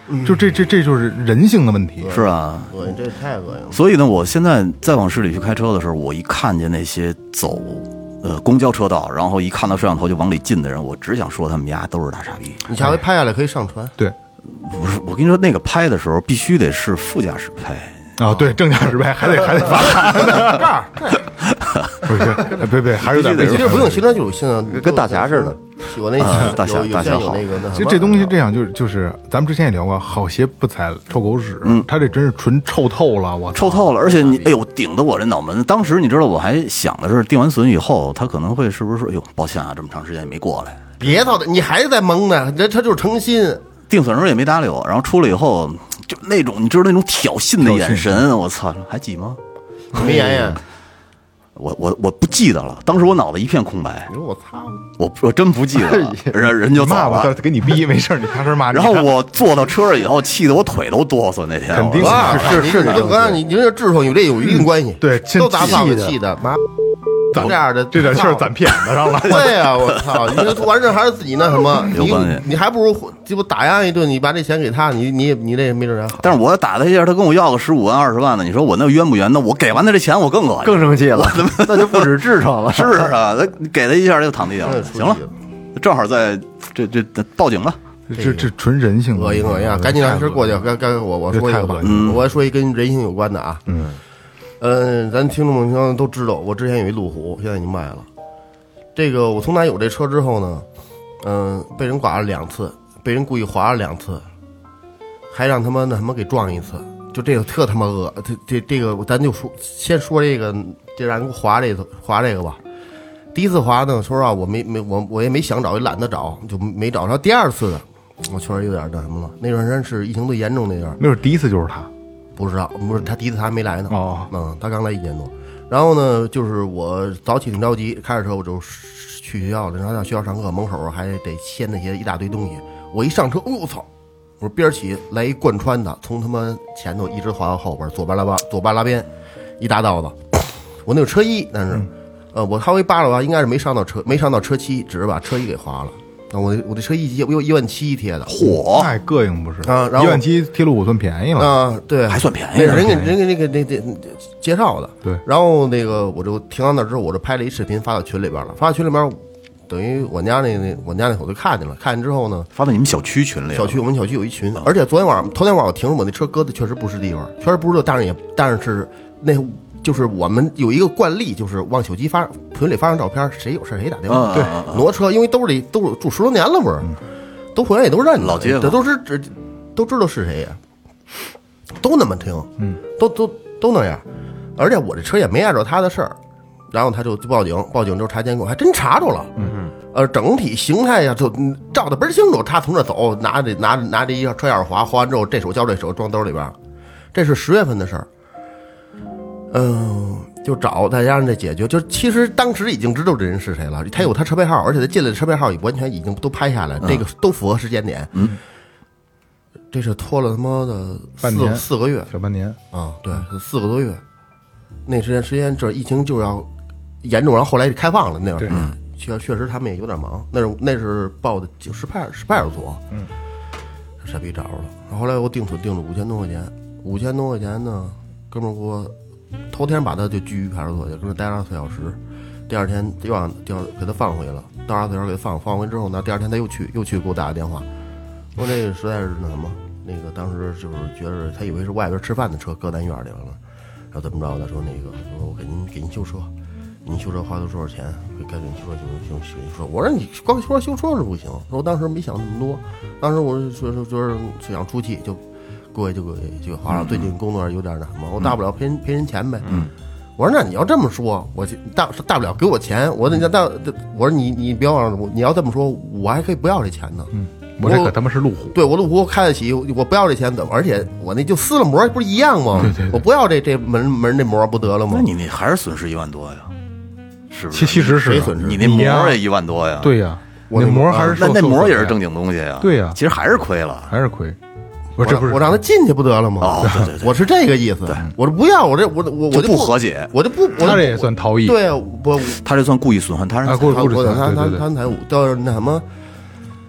就这这这就是人性的问题。 是啊， 恶心，这太恶心了。 所以呢，我现在再往市里去开车的时候，我一看见那些走呃公交车道，然后一看到摄像头就往里进的人，我只想说他们家都是大傻逼。 你下回拍下来可以上传。 对， 不是，我跟你说，那个拍的时候必须得是副驾驶拍。 啊，对，正驾驶拍还得还得罚款， 这儿， 不是，别别，还是有点危险。 其实不用行车记录器， 跟大侠似的。 有那大侠有有有那个那其实这东西这样，就是就是咱们之前也聊过，好鞋不踩臭狗屎， 嗯， 他这真是纯臭透了，我臭透了。而且你，哎呦，顶得我这脑门子。当时你知道，我还想的是定完损以后，他可能会是不是说，哎呦，抱歉啊，这么长时间也没过来。 别操的，你还是在蒙呢，这他就是诚心。 定损时候也没搭理我，然后出来以后，就那种你知道那种挑衅的眼神，我操，还挤吗？ 没言呀。 我我我不记得了，当时我脑子一片空白。 你说我操， 我我真不记得了，人人就走骂吧， 了， 给你逼，没事，你踏实骂。 然后我坐到车上以后，气得我腿都哆嗦。那天肯定是是是，我告诉你，你这痔疮与这有一定关系。 对， 都打胖子气的，妈。这样的这点气儿攒片子上了。 对呀，我操！你这完事还是自己那什么？你你还不如鸡巴打压一顿，你把这钱给他，你你你这没准还好。 但是我打他一下，他跟我要个十五万二十万的，你说我那冤不冤？那我给完他这钱，我更恶心， 更生气了，那就不止痔疮了。 是啊，他给他一下就躺地上了。行了，正好在这这报警了。 这这纯人性， 恶心恶心啊！赶紧让事过去。该该我我说一个吧，我说一跟人性有关的啊。嗯。嗯，咱听众朋友都知道，我之前有一路虎，现在已经卖了。这个我从哪有这车之后呢，嗯，被人刮了两次，被人故意划了两次，还让他妈那什么给撞一次，就这个特他妈恶。这这这个咱就说先说这个，就让人给我划这个划这个吧。第一次划呢，说实话我没没我我也没想找，也懒得找，就没找着。第二次呢，我确实有点那什么了。那段时间是疫情最严重那段， 那是第一次就是他。 不知道，不是他第一次他还没来呢。 哦， 嗯，他刚来一年多。然后呢，就是我早起挺着急，开着车我就去学校了。然后上学校上课，门口还得签那些一大堆东西。我一上车，哦我操！我说边起来一贯穿的，从他妈前头一直滑到后边，左半拉巴左半拉边，一大道子。我那个车衣，但是，嗯、呃，我稍微扒了扒，应该是没伤到车，没伤到车漆，只是把车衣给划了。我我的车一我有一万七贴的， 嚯， 太膈应不是啊！然后一万七贴路虎算便宜了啊，对， 还算便宜。 人家人家那个那那介绍的， 对。 然后那个我就停到那之后，我就拍了一视频发到群里边了。发到群里边，等于我家那那我家那口就看见了。看见之后呢， 发到你们小区群里。 小区我们小区有一群，而且昨天晚上头天晚上我停着我那车搁的确实不是地方，确实不是，但是也但是那。就是我们有一个惯例，就是往手机发群里发张照片，谁有事谁打电话。 对， 挪车，因为都是都是住十多年了，不是，都回来也都认老街坊， 这都是这都知道是谁呀，都那么听，嗯，都都都那样，而且我这车也没碍着他的事儿，然后他就报警，报警之后查监控，还真查着了，嗯，呃，整体形态呀就照的倍儿清楚，他从这走，拿着拿着拿着一车钥匙划，划完之后这手交这手装兜里边，这是十月份的事儿。嗯，就找大家让这解决。就其实当时已经知道这人是谁了，他有他车牌号，而且他进来的车牌号也完全已经都拍下来，嗯、这个都符合时间点。嗯，这是拖了他妈的四四个月， 小半年啊，对，四个多月。那时间时间这疫情就要严重，然后后来开放了那会儿，嗯，确确实他们也有点忙。那是那是报的就是派是派出所，嗯，傻逼找着了。然后后来我定损定了五千多块钱，五千多块钱呢，哥们儿给我。头天把他就拘于派出所去，跟他待了二十四小时，第二天又让第二给他放回了，到二十四小时给他放放回之后呢，第二天他又去又去给我打个电话，我这个实在是那什么，那个当时就是觉得他以为是外边吃饭的车搁咱院里了，然后怎么着的说那个说我给您给您修车，您修车花了多少钱？该给您修车行行行说，我说你光说修车是不行，我当时没想那么多，当时我说说说想出气就。过去就给就花了，最近工作有点那什么，我大不了赔人赔人钱呗。嗯，我说那你要这么说，我大大不了给我钱，我那大我说你你不要你要这么说，我还可以不要这钱呢。 嗯，我这可他妈是路虎， 对我路虎开得起，我不要这钱，而且我那就撕了膜，不是一样吗？ 对对对， 我不要这这门门这膜不得了吗？ 那你那还是损失一万多呀？是不是？ 其其实是谁损失？ 你那膜也一万多呀？ 对呀，我那膜还是那那膜也是正经东西呀？ 对呀， 其实还是亏了， 还是亏。 我这不是我让他进去不得了吗？ 哦，对对对， 我是这个意思。我说不要，我这我我我就不和解， 我就不， 他这也算逃逸。 对啊，我他这算故意损害他人财物， 故意损害他他他财物，到那什么，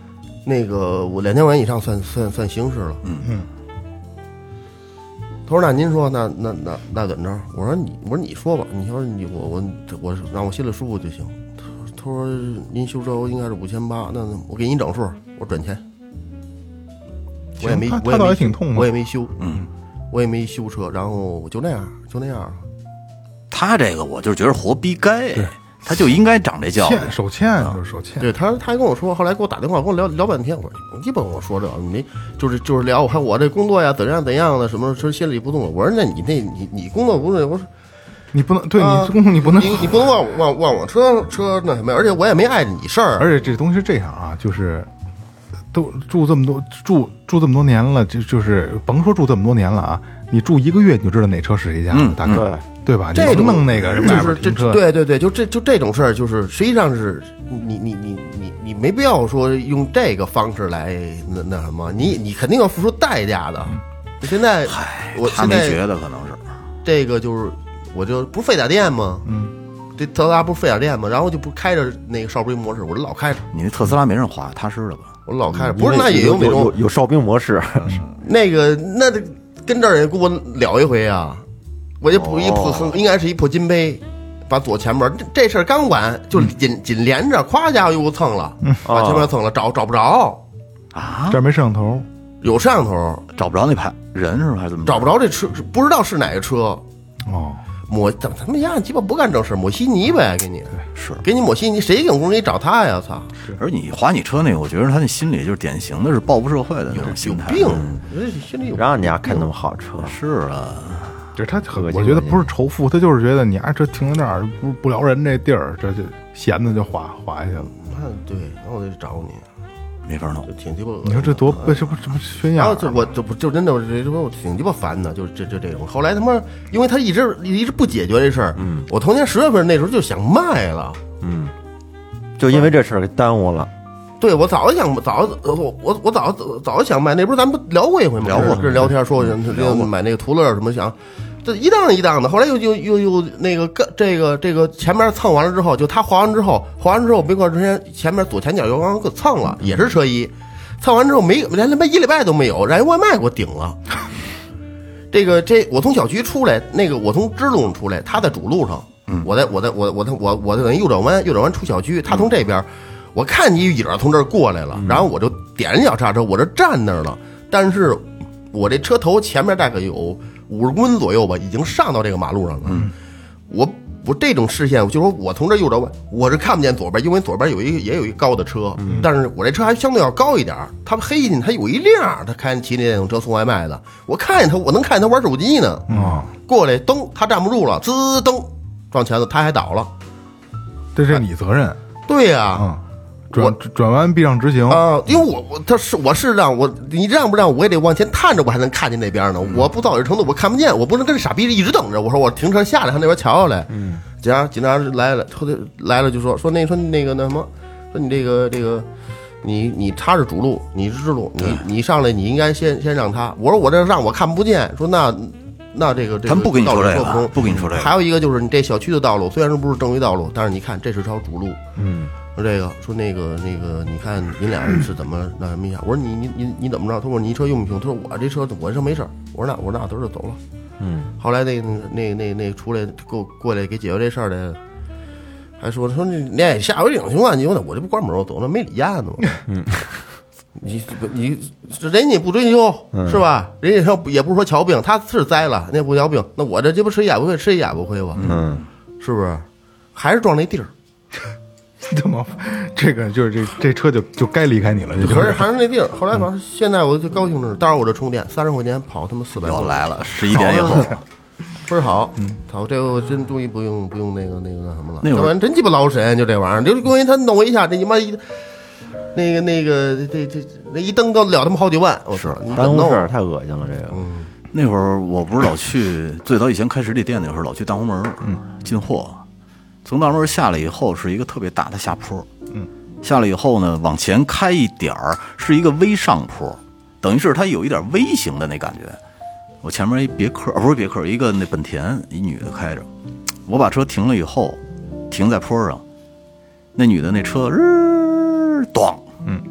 那个我两千块钱以上算算算刑事了。嗯嗯。他说：“那您说，那那那那怎么着？”我说：“你，我说你说吧。你说你我我我让我心里舒服就行。”他说：“您修车应该是五千八，那我给你整数，我转钱。”我也没，我也没， 挺痛的， 我也没修，嗯，我也没修车，然后就那样，就那样。 他这个我就觉得活逼该，他就应该长这教育， 手欠就是手欠。 对他，他还跟我说，后来给我打电话，跟我聊聊半天，我说你别跟我说这，你没就是就是聊我看我这工作呀怎样怎样的，什么说心里不动。我说那你那你你工作不是我说。 你不能对你工作你不能你你不能忘忘忘我车车那什么，而且我也没碍着你事儿。 而且这东西是这样啊，就是都住这么多住住这么多年了，就就是甭说住这么多年了啊，你住一个月你就知道哪车是谁家的，大哥，对吧？ 这种弄那个就是这对对对，就这就这种事儿，就是实际上是你你你你你没必要说用这个方式来那那什么，你你肯定要付出代价的。现在我他没觉得可能是这个就是。我就不是费点电吗？嗯，这特斯拉不是费点电吗？然后就不开着那个哨兵模式，我就老开着。 你那特斯拉没人花，踏实了吧？ 我老开着，不是那也有那种有有哨兵模式， 那个那跟这儿也给我聊一回啊！我就补一破，应该是一破金杯，把左前面这这事儿刚完，就紧紧连着，咵家伙又蹭了，把前面蹭了，找找不着啊！ 这儿没摄像头， 有摄像头， 找不着那排人是吗？还是怎么？ 找不着这车，不知道是哪个车哦。 抹怎么他妈呀鸡巴不干正事，抹稀泥呗，给你是给你抹稀泥，谁有功夫给你找他呀？操！ 而你划你车那个，我觉得他那心里就是典型的是报复社会的那种心态， 有病，心里有。 让人家开那么好车， 是啊， 就是他，我觉得不是仇富，他就是觉得你啊，这停在那儿不不撩人这地儿，这就闲的就划划下去了。 那对，然后我就找你。 没法弄， 挺鸡巴。 你说这多这不这不炫耀？ 这我这不就真的这这我挺鸡巴烦的，就是这这这种。后来他妈，因为他一直一直不解决这事儿，嗯，我头年十月份那时候就想卖了， 嗯，就因为这事儿给耽误了。 对，我早就想早我我我早早就想卖，那不是咱们不聊过一回吗？ 聊过， 这聊天说买那个途乐什么想。这一档一档的，后来又又又又那个这个这个前面蹭完了之后，就他划完之后，划完之后没过之前前面左前脚又刚给蹭了，也是车衣，蹭完之后没连他妈一礼拜都没有，让人外卖给我顶了。这个这我从小区出来，那个我从支路上出来，他在主路上，我在我在我我我我我等于右转弯右转弯出小区，他从这边，我看见一影从这儿过来了，然后我就点人脚刹车，我这站那儿了，但是我这车头前面大概有五十公分左右吧，已经上到这个马路上了。嗯，我我这种视线，就说我从这右转弯，我是看不见左边，因为左边有一个也有一个高的车，嗯、但是我这车还相对要高一点。他黑进他有一辆，他开骑那电动车送外卖的，我看见他，我能看见他玩手机呢。 哦， 过来蹬，他站不住了，滋蹬撞前头，他还倒了。 这是你责任。 对呀、啊。 嗯转转弯必让直行啊！因为我我他是我是让我你让不让我也得往前探着，我还能看见那边呢。嗯、我不到这程度，我看不见，我不能跟这傻逼一直等着。我说我停车下来，上那边瞧瞧来。嗯，警察警察来了，后头来了就说说那说那个那什么，说你这个这个你你他是主路，你是支路，你你上来你应该先先让他。我说我这让我看不见，说那那这个这个他们不跟你说这个， 个，不跟你说这个。 还有一个就是你这小区的道路虽然说不是正规道路，但是你看这是条主路。 嗯。 说这个，说那个那个，你看您俩人是怎么那什么一下？我说你你你你怎么着？他说你车用不用？他说我这车我这没事。我说那我说那都是走了。 嗯。 后来那那那那出来给我过来给解决这事儿的，还说说你那下回这种情况，你说我这不关门我走那没理架呢吗？嗯。你你人家不追究是吧？人家说也不是说瞧病，他是栽了，那不瞧病，那我这这不吃也不会，吃也不会吧？ 嗯， 是不是？还是撞那地儿。 怎么，这个就是这这车就就该离开你了。 可是还是那地儿。后来反正现在我就高兴着，当然我这充电三十块钱跑他妈四百。 又来了，十一点以后倍儿好。嗯，好，这个我真终于不用不用那个那个那什么了。 那要不然真鸡巴劳神，就这玩意儿，就关于他弄我一下，这你妈一那个那个这这那一蹬都了他妈好几万。我是办公室太恶心了，这个。 嗯， 那会儿我不是老去，最早以前开实体店那会儿老去大红门，嗯，进货。从大门下来以后是一个特别大的下坡，嗯，下来以后呢，往前开一点儿是一个微上坡，等于是它有一点微型的那感觉。我前面一别克，不是别克，一个那本田，一女的开着，我把车停了以后，停在坡上，那女的那车日咣，嗯，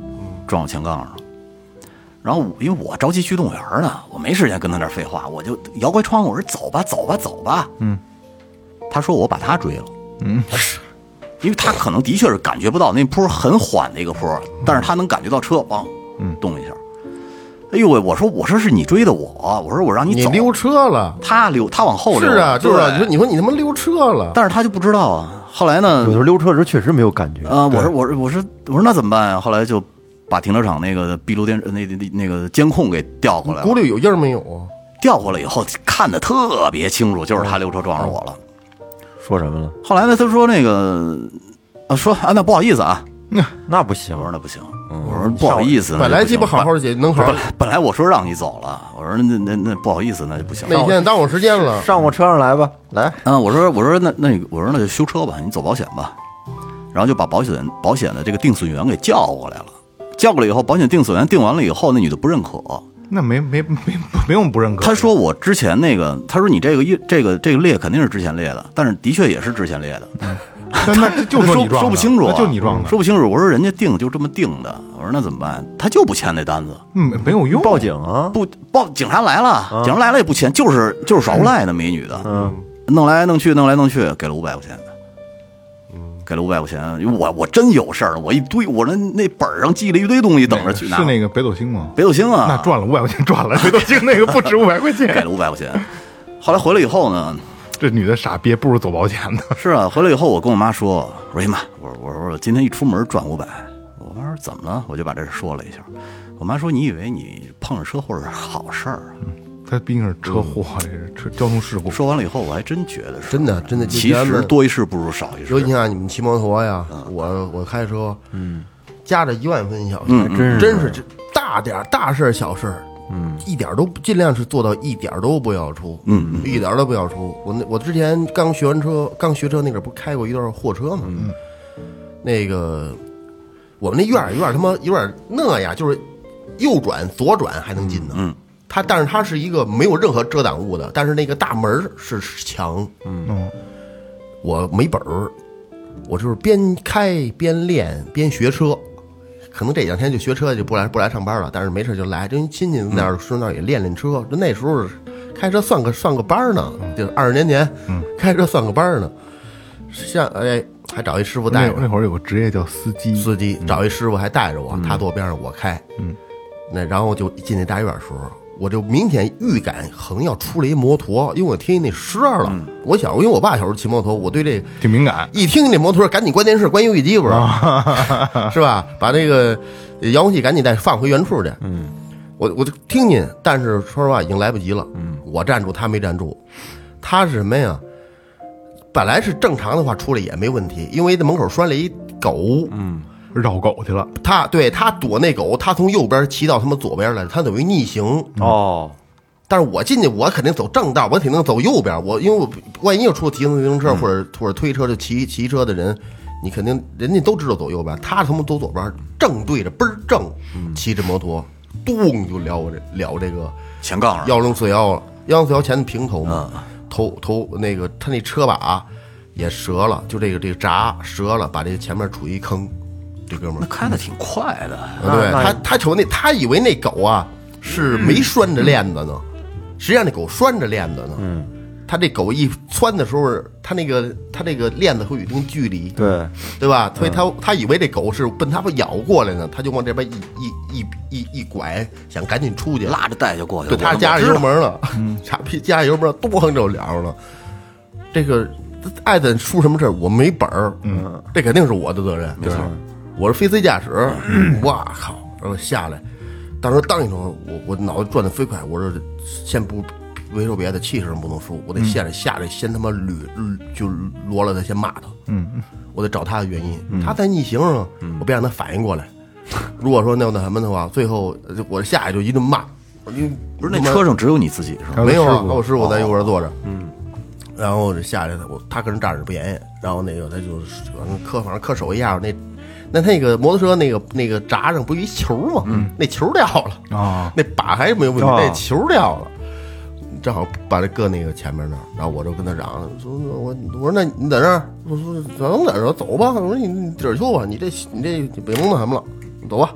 撞我前杠上了。然后因为我着急去动物园呢，我没时间跟他那儿废话，我就摇开窗户，我说走吧，走吧，走吧。嗯，他说我把他追了。嗯，因为他可能的确是感觉不到那坡很缓的一个坡，但是他能感觉到车梆，嗯，动一下。哎呦喂！我说我说是你追的我，我说我让你走， 你溜车了， 他溜他往后溜。 是啊，就是啊，你说你说你他妈溜车了， 但是他就不知道啊。后来呢， 有时候溜车的时候确实没有感觉啊。我说我说我说我说那怎么办呀？后来就把停车场那个闭路电那那那个监控给调回来了。 轱辘有印没有啊？ 调回来以后看得特别清楚，就是他溜车撞上我了。 说什么了？ 后来呢，他说那个啊说啊那不好意思啊， 那不行， 我说那不行。我说不好意思， 本来鸡巴好好的能好， 本来我说让你走了，我说那那那不好意思，那就不行。 那天耽误时间了， 上我车上来吧，来。 嗯，我说我说那那我说那就修车吧，你走保险吧，然后就把保险保险的这个定损员给叫过来了，叫过来以后，保险定损员定完了以后，那女的不认可， 那没没没没用不认可。 他说我之前那个，他说你这个一这个这个裂肯定是之前裂的，但是的确也是之前裂的。嗯那那就说你撞的， 说不清楚、啊， 就你撞的， 说不清楚。我说人家定就这么定的，我说那怎么办？他就不签那单子， 嗯，没有用， 报警啊， 不报，警察来了，啊、警察来了也不签，就是就是耍无赖那么一女的， 嗯， 弄来弄去，弄来弄去，给了五百块钱，嗯，给了五百块钱。我我真有事儿，我一堆，我那那本上记了一堆东西等着去拿。 是那个北斗星吗？ 北斗星啊， 那赚了五百块钱，赚了。北斗星那个不值五百块钱， 给了五百块钱。后来回来以后呢？ 这女的傻逼，不如走保险的。 是啊，回来以后我跟我妈说，我说哎妈，我说我说我今天一出门赚五百。我妈说怎么了？我就把这事说了一下。我妈说你以为你碰上车祸是好事儿？ 嗯，他毕竟是车祸，这是车交通事故。 说完了以后，我还真觉得是真的真的。 其实多一事不如少一事。 尤其像你们骑摩托呀，我我开车，嗯，加着一万分小嗯， 真真是大点大事小事。嗯，一点都尽量是做到一点都不要出，嗯，一点都不要出。我那我之前刚学完车，刚学车那阵不是开过一段货车吗？嗯，那个我们那院儿有点他妈有点那呀，就是右转左转还能进呢。嗯，它但是它是一个没有任何遮挡物的，但是那个大门是墙。嗯，我没本儿，我就是边开边练边学车。可能这两天就学车就不来不来上班了，但是没事就来，这亲戚那儿顺道也练练车。就那时候开车算个算个班呢，就二十年前，嗯，开车算个班呢。像哎，还找一师傅带着。 那会儿有个职业叫司机， 司机找一师傅还带着我，他坐边上我开，嗯，那然后就进那大院的时候，我就明显预感可能要出来一摩托，因为我听那声了。嗯、我小，因为我爸小时候骑摩托，我对这挺敏感。 一听那摩托，赶紧关电视，关游戏机，不是、哦、是吧？把这个遥控器赶紧再放回原处去。嗯，我我就听见，但是说实话已经来不及了。嗯，我站住，他没站住。他是什么呀？本来是正常的话出来也没问题，因为在门口拴了一狗。嗯。 绕狗去了， 他对他躲那狗，他从右边骑到他们左边来，他等于逆行哦。 但是我进去，我肯定走正道，我肯定走右边。我因为我万一有出骑自行车或者或者推车就骑骑车的人，你肯定人家都知道走右边，他他妈走左边，正对着倍儿正，骑着摩托，咚就撩我这撩这个前杠上幺零四幺了，幺零四幺前的平头嘛，头头那个他那车把也折了，就这个这个闸折了，把这个前面处于一坑。这哥们儿那开的挺快的， 对他，他瞅那，他以为那狗啊是没拴着链子呢，实际上那狗拴着链子呢。嗯，他这狗一窜的时候，他那个他这个链子会有一定距离， 对对吧？所以他他以为这狗是奔他不咬过来呢，他就往这边一一一一一拐，想赶紧出去， 拉着带就过去了。 对，他加着油门了，差屁加着油门，多横就了了。这个爱的出什么事我没本儿，嗯，这肯定是我的责任，没错。我是非 C 驾驶，哇靠！然后下来，当时当一声，我我脑子转得飞快，我说先不没说别的，气势上不能输，我得下来下来先他妈捋就罗了他，先骂他，嗯，我得找他的原因，他在逆行上，我别让他反应过来。如果说那那什么的话，最后我下来就一顿骂。 不是那车上只有你自己是吧？ 没有啊，我师傅在右边坐着，嗯。然后就下来，我他跟人站着不言语，然后那个他就磕，反正磕手一下，那那那个摩托车那个那个闸上不有一球吗？嗯，那球掉了啊，那把还是没有问题，那球掉了，正好把这搁那个前面那儿，然后我就跟他嚷说，我我说那你在这儿，我说咱能在这儿走吧，我说你底儿去吧，你这你这别弄那什么了，走吧，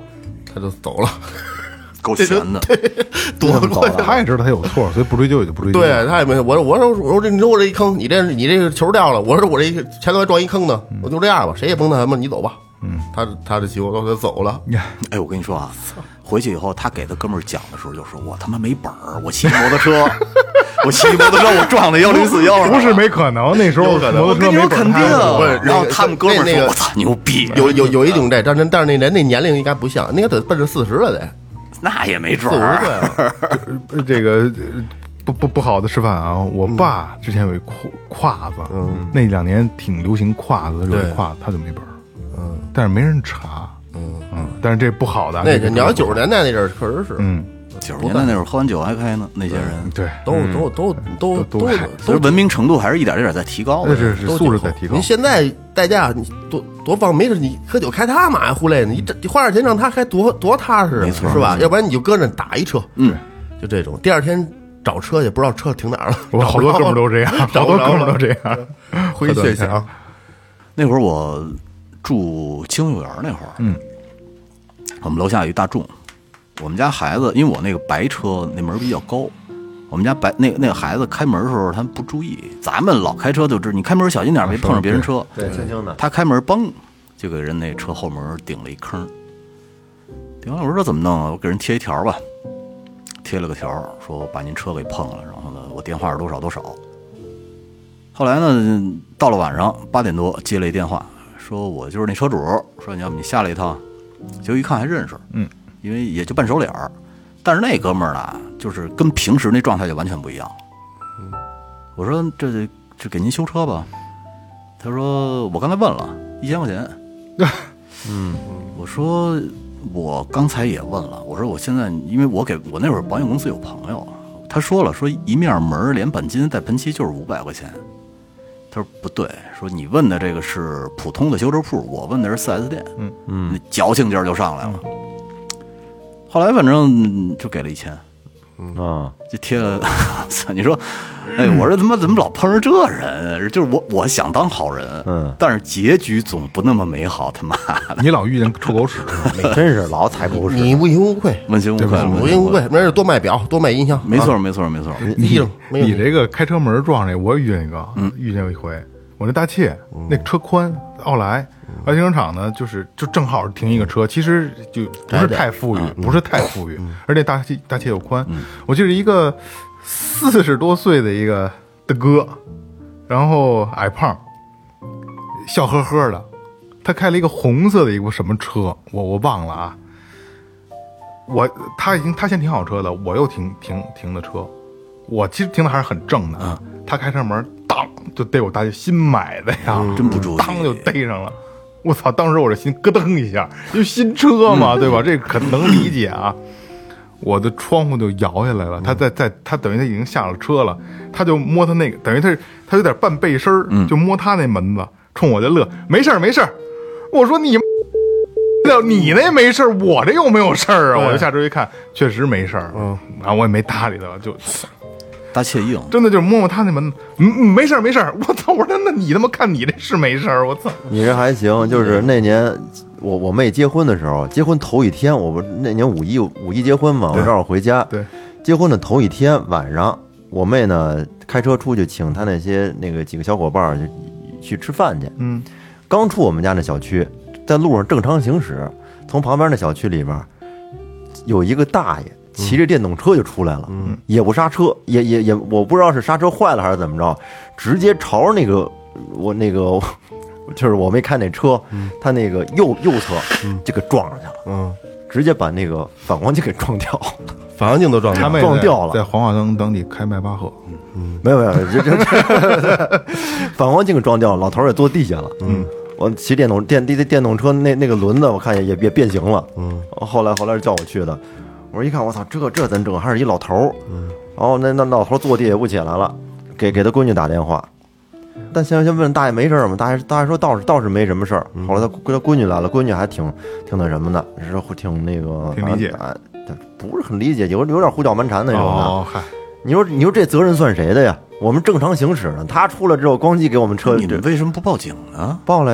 他就走了。 够悬的， 多走了。 他也知道他有错，所以不追究也就不追究。 对，他也没我说我说我说这你说我这一坑，你这你这个球掉了，我说我这前头还撞一坑呢，我就这样吧，谁也甭那什么，你走吧。嗯，他他这媳妇都走了。 哎，我跟你说啊，回去以后他给他哥们儿讲的时候就说：“我他妈没本儿，我骑摩托车，我骑摩托车我撞了幺零四幺。” 不是没可能，那时候摩托车没肯定。然后他们哥们儿说：“我操，牛逼！” 有有有一种这，但是但是那人那年龄应该不像，那个得奔着四十了得。 那也没准儿， 这个不不不好的示范啊！我爸之前有一胯胯子，嗯，那两年挺流行胯子，有胯子他就没本儿，嗯，但是没人查，嗯嗯，但是这不好的。 那你要九十年代那阵儿确实是， 嗯， 九十年代那会儿喝完酒还开呢，那些人对， 都都都都都， 其实文明程度还是一点一点在提高的， 是是素质在提高。 你现在代驾你多多方没事，你喝酒开他妈呀，胡累！你这你花点钱让他开多多踏实， 没错， 是吧？要不然你就搁那打一车， 嗯， 就这种。第二天找车也不知道车停哪儿了， 我好多哥们都这样，好多哥们都这样， 回去想。 那会儿我住清秀园那会儿， 嗯， 我们楼下有一大众，我们家孩子因为我那个白车那门比较高。我们家白那个那个孩子开门的时候，他不注意。咱们老开车就知，你开门小心点，别碰上别人车。 对，轻轻的。 他开门，嘣，就给人那车后门顶了一坑。顶完，我说这怎么弄啊？我给人贴一条吧，贴了个条，说我把您车给碰了，然后呢，我电话是多少多少。后来呢，到了晚上八点多接了一电话，说我就是那车主，说你要不你下来一趟，结果一看还认识， 嗯， 因为也就半熟脸儿。但是那哥们儿呢，就是跟平时那状态就完全不一样。我说这这给您修车吧，他说我刚才问了一千块钱。嗯，我说我刚才也问了，我说我现在因为我给我那会儿保险公司有朋友，他说了说一面门连钣金带喷漆就是五百块钱。他说不对，说你问的这个是普通的修车铺，我问的是 四 S 店。 嗯嗯，那矫情劲儿就上来了。后来反正就给了一千， 啊， 就贴了。你说，哎，我说他妈怎么老碰上这人？就是我，我想当好人， 嗯， 但是结局总不那么美好。他妈的， 你老遇见臭狗屎， 真是老踩狗屎。 你无形无愧， 问心无愧， 无形无愧。没事，多卖表，多卖音箱。 没错，没错，没错。 你你这个开车门撞这，我也遇见一个，嗯，遇见过一回。我那大切，那车宽，奥莱，而停车场呢，就是就正好停一个车，其实就不是太富裕，不是太富裕，而且大切大切又宽。我记得一个四十多岁的一个大哥，然后矮胖，笑呵呵的，他开了一个红色的一部什么车，我我忘了啊。我他已经他先停好车了，我又停停停的车，我其实停的还是很正的啊。他开车门，当就逮我大姐新买的呀， 真不注意， 当就逮上了。我操！当时我这心咯噔一下，因为新车嘛，对吧？这可能理解啊。我的窗户就摇下来了，他在在他等于他已经下了车了，他就摸他那个，等于他他有点半背身，就摸他那门子，冲我就乐，没事没事。我说你。你那没事，我这又没有事儿啊！我就下车一看，确实没事儿，嗯，然后我也没搭理他，就大切硬， 真的就是摸摸他那门，嗯，没事没事。我操！我说那你他妈看你这是没事儿，我操！ 你这还行，就是那年我我妹结婚的时候，结婚头一天，我不那年五一五一结婚嘛，我正好回家， 对， 结婚的头一天晚上，我妹呢开车出去请她那些那个几个小伙伴去去吃饭去， 嗯， 刚出我们家那小区。在路上正常行驶，从旁边的小区里边有一个大爷骑着电动车就出来了，嗯，也不刹车，也也也，我不知道是刹车坏了还是怎么着，直接朝着那个我那个就是我没开那车，嗯、他那个右右侧就给撞上去了，嗯，直接把那个反光镜给撞掉了， 反光镜都撞掉了， 撞掉了， 在黄花灯等你开迈巴赫， 嗯，没有没有，这这反光镜撞掉了，老头也坐地下了，嗯。我骑电动电电电动车，那那个轮子我看也也也变形了，嗯，后来后来叫我去的，我说一看我操，这这怎整？还是一老头，嗯，然后那那老头坐地也不起来了，给给他闺女打电话，但先先问大爷没事吗？大爷大爷说倒是倒是没什么事儿，后来他他闺女来了，闺女还挺挺那什么的，是挺那个挺理解， 啊，不是很理解，有有点胡搅蛮缠那种的。 哦，嗨， 你说你说这责任算谁的呀？我们正常行驶呢，他出来之后咣叽给我们车， 你们为什么不报警呢？ 报了呀。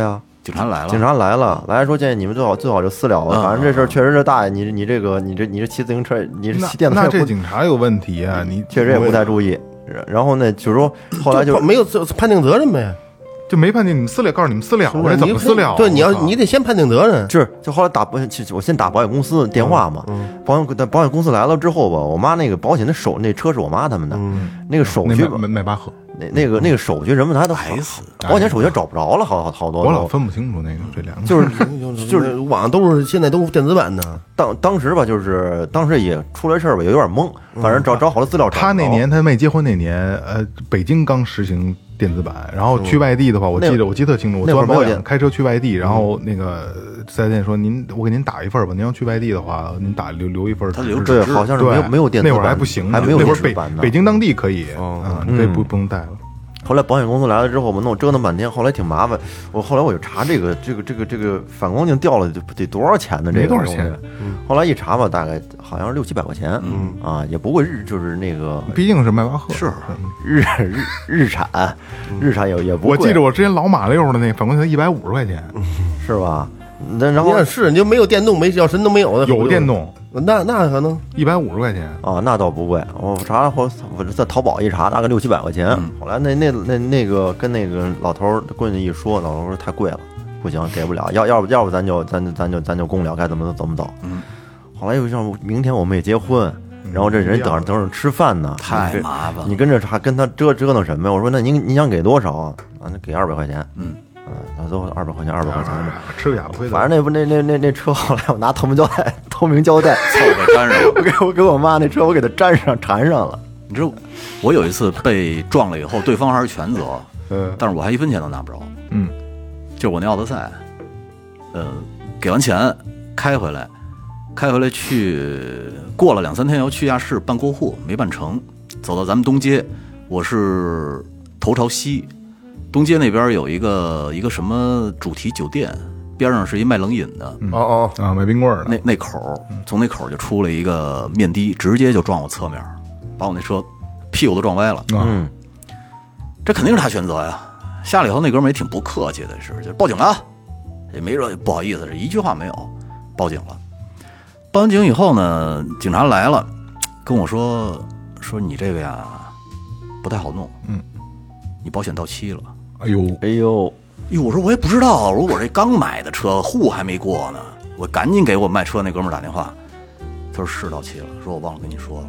警察来了， 警察来了，来说建议你们最好最好就私了吧，反正这事儿确实是大爷，你你这个你这你这骑自行车，你这骑电动车， 那这警察有问题啊，你确实也不太注意。然后呢，就是说后来就没有判定责任呗。 就没判定你们私了，告诉你们私了，我这怎么私了？ 对，你要你得先判定责任。 是，就后来打保险，我先打保险公司电话嘛。保险保险公司来了之后吧，我妈那个保险的手那车是我妈他们的，那个手续买买八盒， 那那个那个手续什么的还都白死， 保险手续找不着了，好好好多。 我老分不清楚那个这两个， 就是就是网上都是现在都是电子版的。 当当时吧，就是当时也出来事儿吧，有点懵，反正找找好多资料。 他那年他妹结婚那年，呃，北京刚实行电子版，然后去外地的话，我记得我记得特清楚，我做完保养开车去外地，然后那个四 S店说您我给您打一份吧，您要去外地的话，您打留留一份。 他留对，好像是没有没有电子版， 那会儿还不行， 还没有那会儿北版呢。 北京当地可以，嗯，你可以不不用带了。 后来保险公司来了之后，我们弄折腾半天，后来挺麻烦。我后来我就查这个这个这个这个反光镜掉了得得多少钱呢？这个多少钱？ 后来一查吧，大概好像是六七百块钱。嗯啊，也不会日就是那个， 毕竟是迈巴赫， 是日日日产，日产也也不贵。 我记得我之前老马六的那反光镜一百五十块钱， 是吧？那然后是你就没有电动，没叫什么都没有的， 有电动。 那那可能一百五十块钱啊，那倒不贵。我查我我在淘宝一查，大概六七百块钱。嗯、后来那那那那个跟那个老头过去一说，老头说太贵了，不行，给不了。要要不要不咱就咱就咱就咱就公了，该怎么怎么走。嗯。后来又像明天我们也结婚，然后这人等着等着吃饭呢， 太麻烦。 你跟着还跟他折折腾什么呀？我说那您您想给多少啊？啊，那给二百块钱。嗯。嗯，那都二百块钱，二百块钱的， 吃个哑巴亏。 反正那不那那那那车，后来我拿透明胶带，透明胶带凑给粘上了。 我给我给我妈那车，我给它粘上缠上了。 你知道，我有一次被撞了以后，对方还是全责，嗯，但是我还一分钱都拿不着。嗯，就是我那奥德赛，呃，给完钱开回来，开回来去过了两三天要去亚市办过户，没办成，走到咱们东街，我是头朝西。东街那边有一个一个什么主题酒店，边上是一卖冷饮的， 哦哦啊，卖冰棍的。 那那口从那口就出了一个面的，直接就撞我侧面，把我那车屁股都撞歪了。嗯，这肯定是他全责呀。下来以后，那哥们也挺不客气的，是就报警了，也没说不好意思，这一句话没有，报警了。报完警以后呢，警察来了，跟我说说你这个呀不太好弄，嗯，你保险到期了。 哎呦， 哎呦， 哟！我说我也不知道，我说我这刚买的车，户还没过呢，我赶紧给我卖车那哥们儿打电话，他说是到期了，说我忘了跟你说了，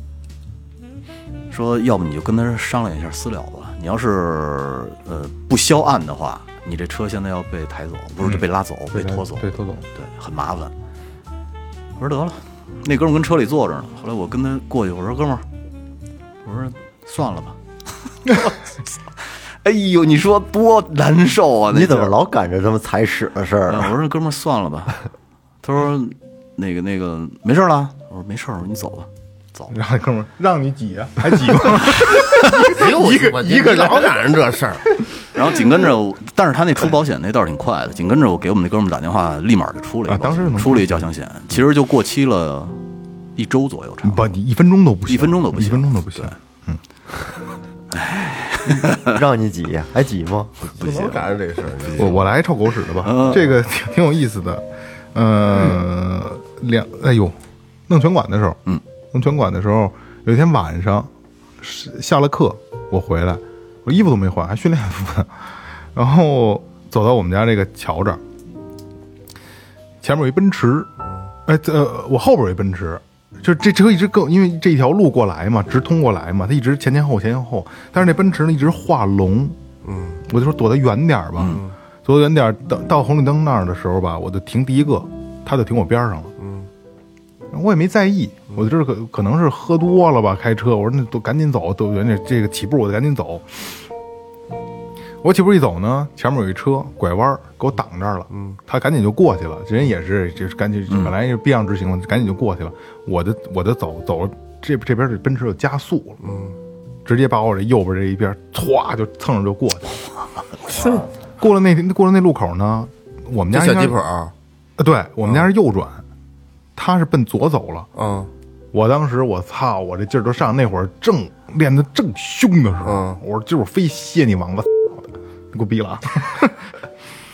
说要不你就跟他商量一下私了吧，你要是呃不销案的话，你这车现在要被抬走，不是被拉走， 嗯、 被拖走， 被拖走， 对，很麻烦。我说得了，那哥们儿跟车里坐着呢，后来我跟他过去，我说哥们儿，我说算了吧。哎呦，你说多难受啊！ 你怎么老赶着这么踩屎的事儿、 啊？我说哥们儿算了吧。他说那个那个没事了。我说没事，我说你走吧，走。 然后哥们儿让你挤啊，还挤吗？ 一个一个老赶上这事儿。 然后紧跟着，但是他那出保险那倒是挺快的，紧跟着我给我们那哥们儿打电话，立马就出了一、 啊，当时出了一交强险，其实就过期了一周左右，差不多。不，你一分钟都不行， 一分钟都不行， 一分钟都不行。嗯。 唉。 让你挤还挤吗？ 不行，赶上这事儿。 我我来臭狗屎的吧，嗯、这个挺挺有意思的。呃，两哎呦，弄拳馆的时候，嗯，弄拳馆的时候，有一天晚上下了课，我回来，我衣服都没换，还训练服呢。然后走到我们家这个桥这儿，前面有一奔驰，哎，呃，我后边有一奔驰。就这车一直更，因为这条路过来嘛，直通过来嘛，它一直前前后前前后，但是那奔驰呢一直画龙，嗯，我就说躲得远点吧，嗯，躲得远点，到到红绿灯那儿的时候吧，我就停第一个，他就停我边上了，嗯，我也没在意，我这可可能是喝多了吧，开车，我说那都赶紧走，都人家这个起步我就赶紧走。我起步一走呢，前面有一车拐弯给我挡这儿了，嗯，他赶紧就过去了，人也是就是赶紧，本来是避让直行了，赶紧就过去了。我的我的走走这这边这奔驰就加速了，嗯，直接把我这右边这一边歘就蹭着就过去了。是过了那过了那路口呢，我们家小吉普啊， 对我们家是右转，他是奔左走了， 嗯， 我当时我操，我这劲儿都上，那会儿正练得正凶的时候，嗯，我说今儿我非歇你王八。你给我逼了啊！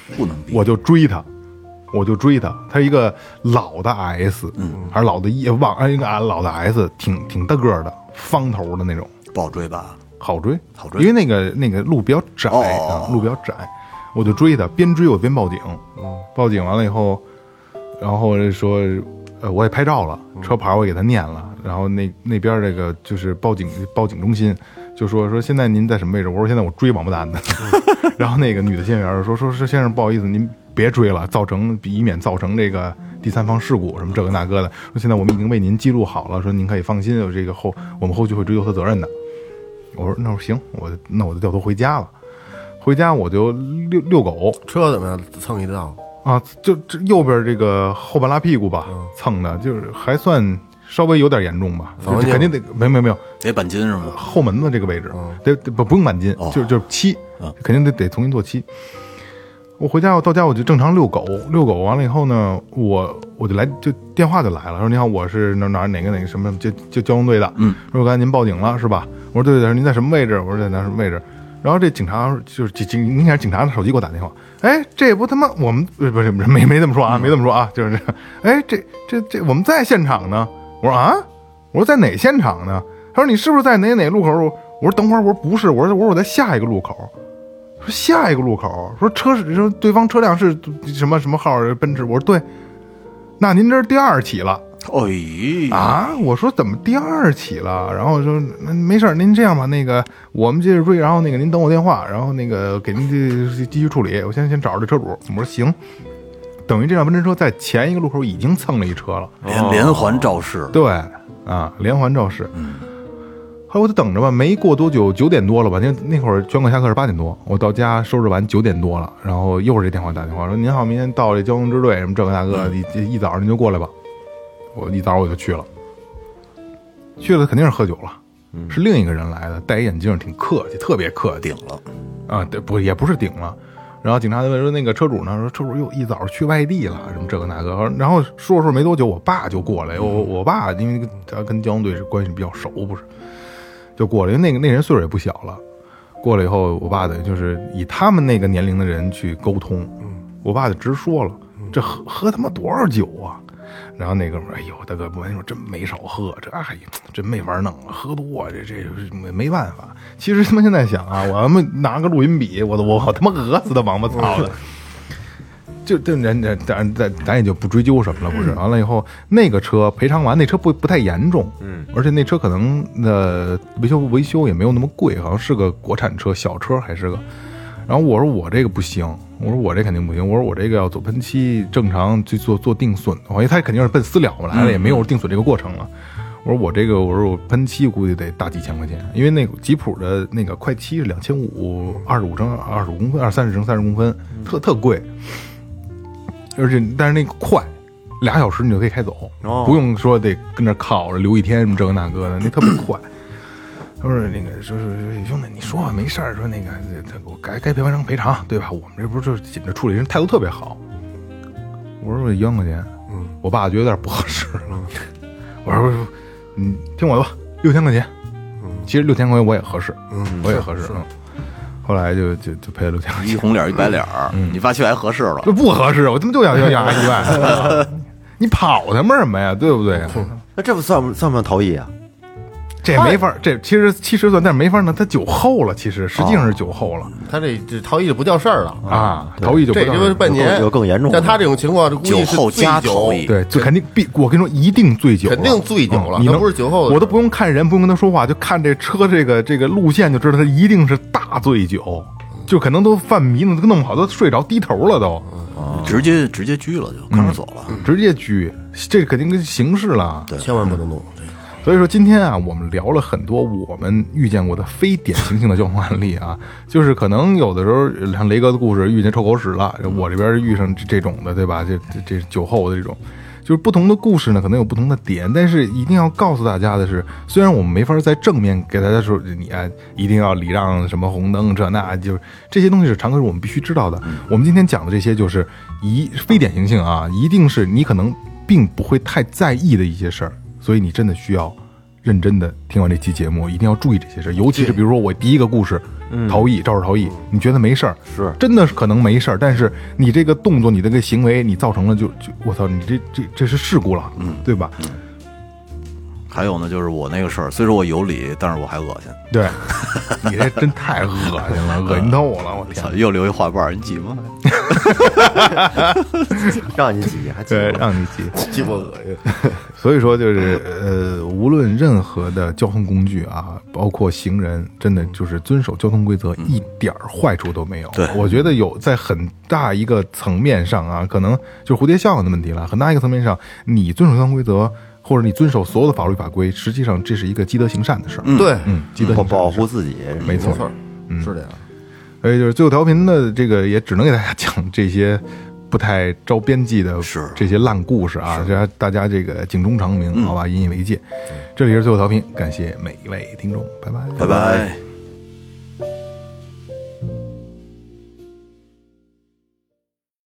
不能逼， 我就追他，我就追他。他一个老的 S， 嗯，还是老的一忘哎，一个老的 S， 挺挺大个的，方头的那种， 不好追吧？ 好追， 好追因为那个那个路比较窄、 哦啊，路比较窄，我就追他，边追我边报警，报警完了以后，然后说，呃，我也拍照了，车牌我也给他念了，然后那那边这个就是报警报警中心就说说现在您在什么位置？我说现在我追王八蛋的，然后那个女的接线员说说说先生不好意思，您别追了，造成以免造成这个第三方事故什么这个那个的，说现在我们已经为您记录好了，说您可以放心，有这个后我们后续会追究他责任的。我说那我说行，我那我就掉头回家了。回家我就遛遛狗， 车怎么样？蹭一道啊，就这右边这个后半拉屁股吧，嗯、蹭的，就是还算稍微有点严重吧，就肯定得没没没有得钣金是吗？ 后门的这个位置， 嗯、 得不不用钣金，哦、就就是漆，嗯、肯定得得重新做漆。我回家，我到家我就正常遛狗，遛狗完了以后呢，我我就来就电话就来了，说你好，我是哪哪哪个哪个什么就就交通队的，嗯，说刚才您报警了是吧？我说对对对，您在什么位置？我说在哪什么位置？然后这警察就是警警，明显警察的手机给我打电话，哎，这不他妈我们不是不是没没这么说啊，没这么说啊，就是这样，哎，这这这我们在现场呢。我说啊，我说在哪现场呢？他说你是不是在哪哪路口？我说等会儿，我说不是，我说我说我在下一个路口。说下一个路口，说车是说对方车辆是什么什么号奔驰？我说对，那您这是第二起了。 哎啊！我说怎么第二起了？然后说那没事，您这样吧，那个我们接着追，然后那个您等我电话，然后那个给您继继续处理。我先先找着这车主。我说行，等于这辆奔驰车在前一个路口已经蹭了一车了， 连连环肇事。 对啊，连环肇事。嗯。后来我就等着吧，没过多久，九点多了吧？那那会儿全国下课是八点多，我到家收拾完九点多了，然后又是这电话打电话说您好，明天到这交通支队什么这个那个，一、嗯、一早您就过来吧。我一早我就去了，去了肯定是喝酒了，嗯、是另一个人来的，戴眼镜，挺客气，特别客气。 顶了啊，对，不也不是顶了。然后警察就问说那个车主呢？说车主又一早去外地了，什么这个那个。然后说说没多久，我爸就过来，我我爸因为他跟交通队是关系比较熟，不是，就过来。因为那个那人岁数也不小了，过来以后，我爸的就是以他们那个年龄的人去沟通，我爸就直说了，这喝喝他妈多少酒啊！然后那哥们儿，哎呦，大哥，我跟你说，真没少喝，这哎呀，真没法弄了，喝多这这没没办法。其实他妈现在想啊，我他妈拿个录音笔，我都我他妈饿死的王八操的。就这人咱咱咱咱也就不追究什么了，不是？完了以后，那个车赔偿完，那车不不太严重，嗯，而且那车可能呃维修维修也没有那么贵，好像是个国产车，小车还是个。然后我说我这个不行，我说我这肯定不行，我说我这个要走喷漆，正常去做做定损的话，因为他肯定是奔私了来了，也没有定损这个过程了。我说我这个，我说我喷漆估计得大几千块钱，因为那个吉普的那个快漆是两千五，二十五乘二十五公分，二三十乘三十公分，特特贵。而且但是那个快，俩小时你就可以开走，哦、不用说得跟那烤着留一天什么这个那个的，那特别快。他说那个说说兄弟，你说吧，没事儿。说那个他我该该赔偿赔偿，对吧？我们这不是就是紧着处理，人态度特别好。我说我一万块钱，嗯，我爸觉得有点不合适。嗯、我说你听我的吧，六千块钱。嗯，其实六千块钱我也合适，嗯，我也合适。嗯，后来就就就赔了六千块钱， 一红脸一白脸，嗯，你爸去还合适了？ 这不合适，我他妈就想要要一万。你跑他妈什么呀？对不对？ 那这不算不算不算逃逸啊？ 这没法，这其实其实算，但是没法呢。他酒后了，其实实际上是酒后了。 哦、他这这逃逸就不叫事儿了啊，逃逸就不叫事儿， 这就是半年有更严重。 像他这种情况， 酒后加逃逸， 对，就肯定必。我跟你说，一定醉酒了， 肯定醉酒了。 你他不是酒后的， 我都不用看人，不用跟他说话，就看这车这个这个路线就知道他一定是大醉酒，就可能都犯迷呢，弄不好都睡着低头了都。 啊、直接直接拘了，就看守所了、 嗯，直接拘，这肯定跟刑事了， 对，千万不能弄。 所以说今天啊，我们聊了很多我们遇见过的非典型性的交通案例啊，就是可能有的时候像雷哥的故事遇见臭狗屎了，我这边遇上这种的，对吧？这这这酒后的这种，就是不同的故事呢，可能有不同的点，但是一定要告诉大家的是，虽然我们没法在正面给大家说你啊一定要礼让什么红灯这那，就是这些东西是常规，我们必须知道的。我们今天讲的这些就是一非典型性啊，一定是你可能并不会太在意的一些事儿。所以你真的需要认真的听完这期节目，一定要注意这些事，尤其是比如说我第一个故事，逃逸，肇事逃逸，你觉得没事儿， 是真的是可能没事儿，但是你这个动作，你这个行为，你造成了就就我操，你这这这是事故了，嗯，对吧？嗯。 还有呢，就是我那个事儿，虽说我有理，但是我还恶心。 对，你这真太恶心了，恶心透了，我天！ 又留一话瓣，你挤吗？ 让你挤还挤对，让你挤， 鸡巴恶心。 所以说，就是呃，无论任何的交通工具啊，包括行人，真的就是遵守交通规则，一点坏处都没有。 对， 我觉得有在很大一个层面上啊，可能就是蝴蝶效应的问题了。很大一个层面上，你遵守交通规则。或者你遵守所有的法律法规，实际上这是一个积德行善的事儿。 嗯，对， 嗯，积德行善保护自己， 没错， 嗯，是这样。 所以就是最后调频的这个，也只能给大家讲这些不太着边际的这些烂故事啊，让大家这个警钟长鸣，好吧，引以为戒。这里是最后调频，感谢每一位听众，拜拜， 拜拜。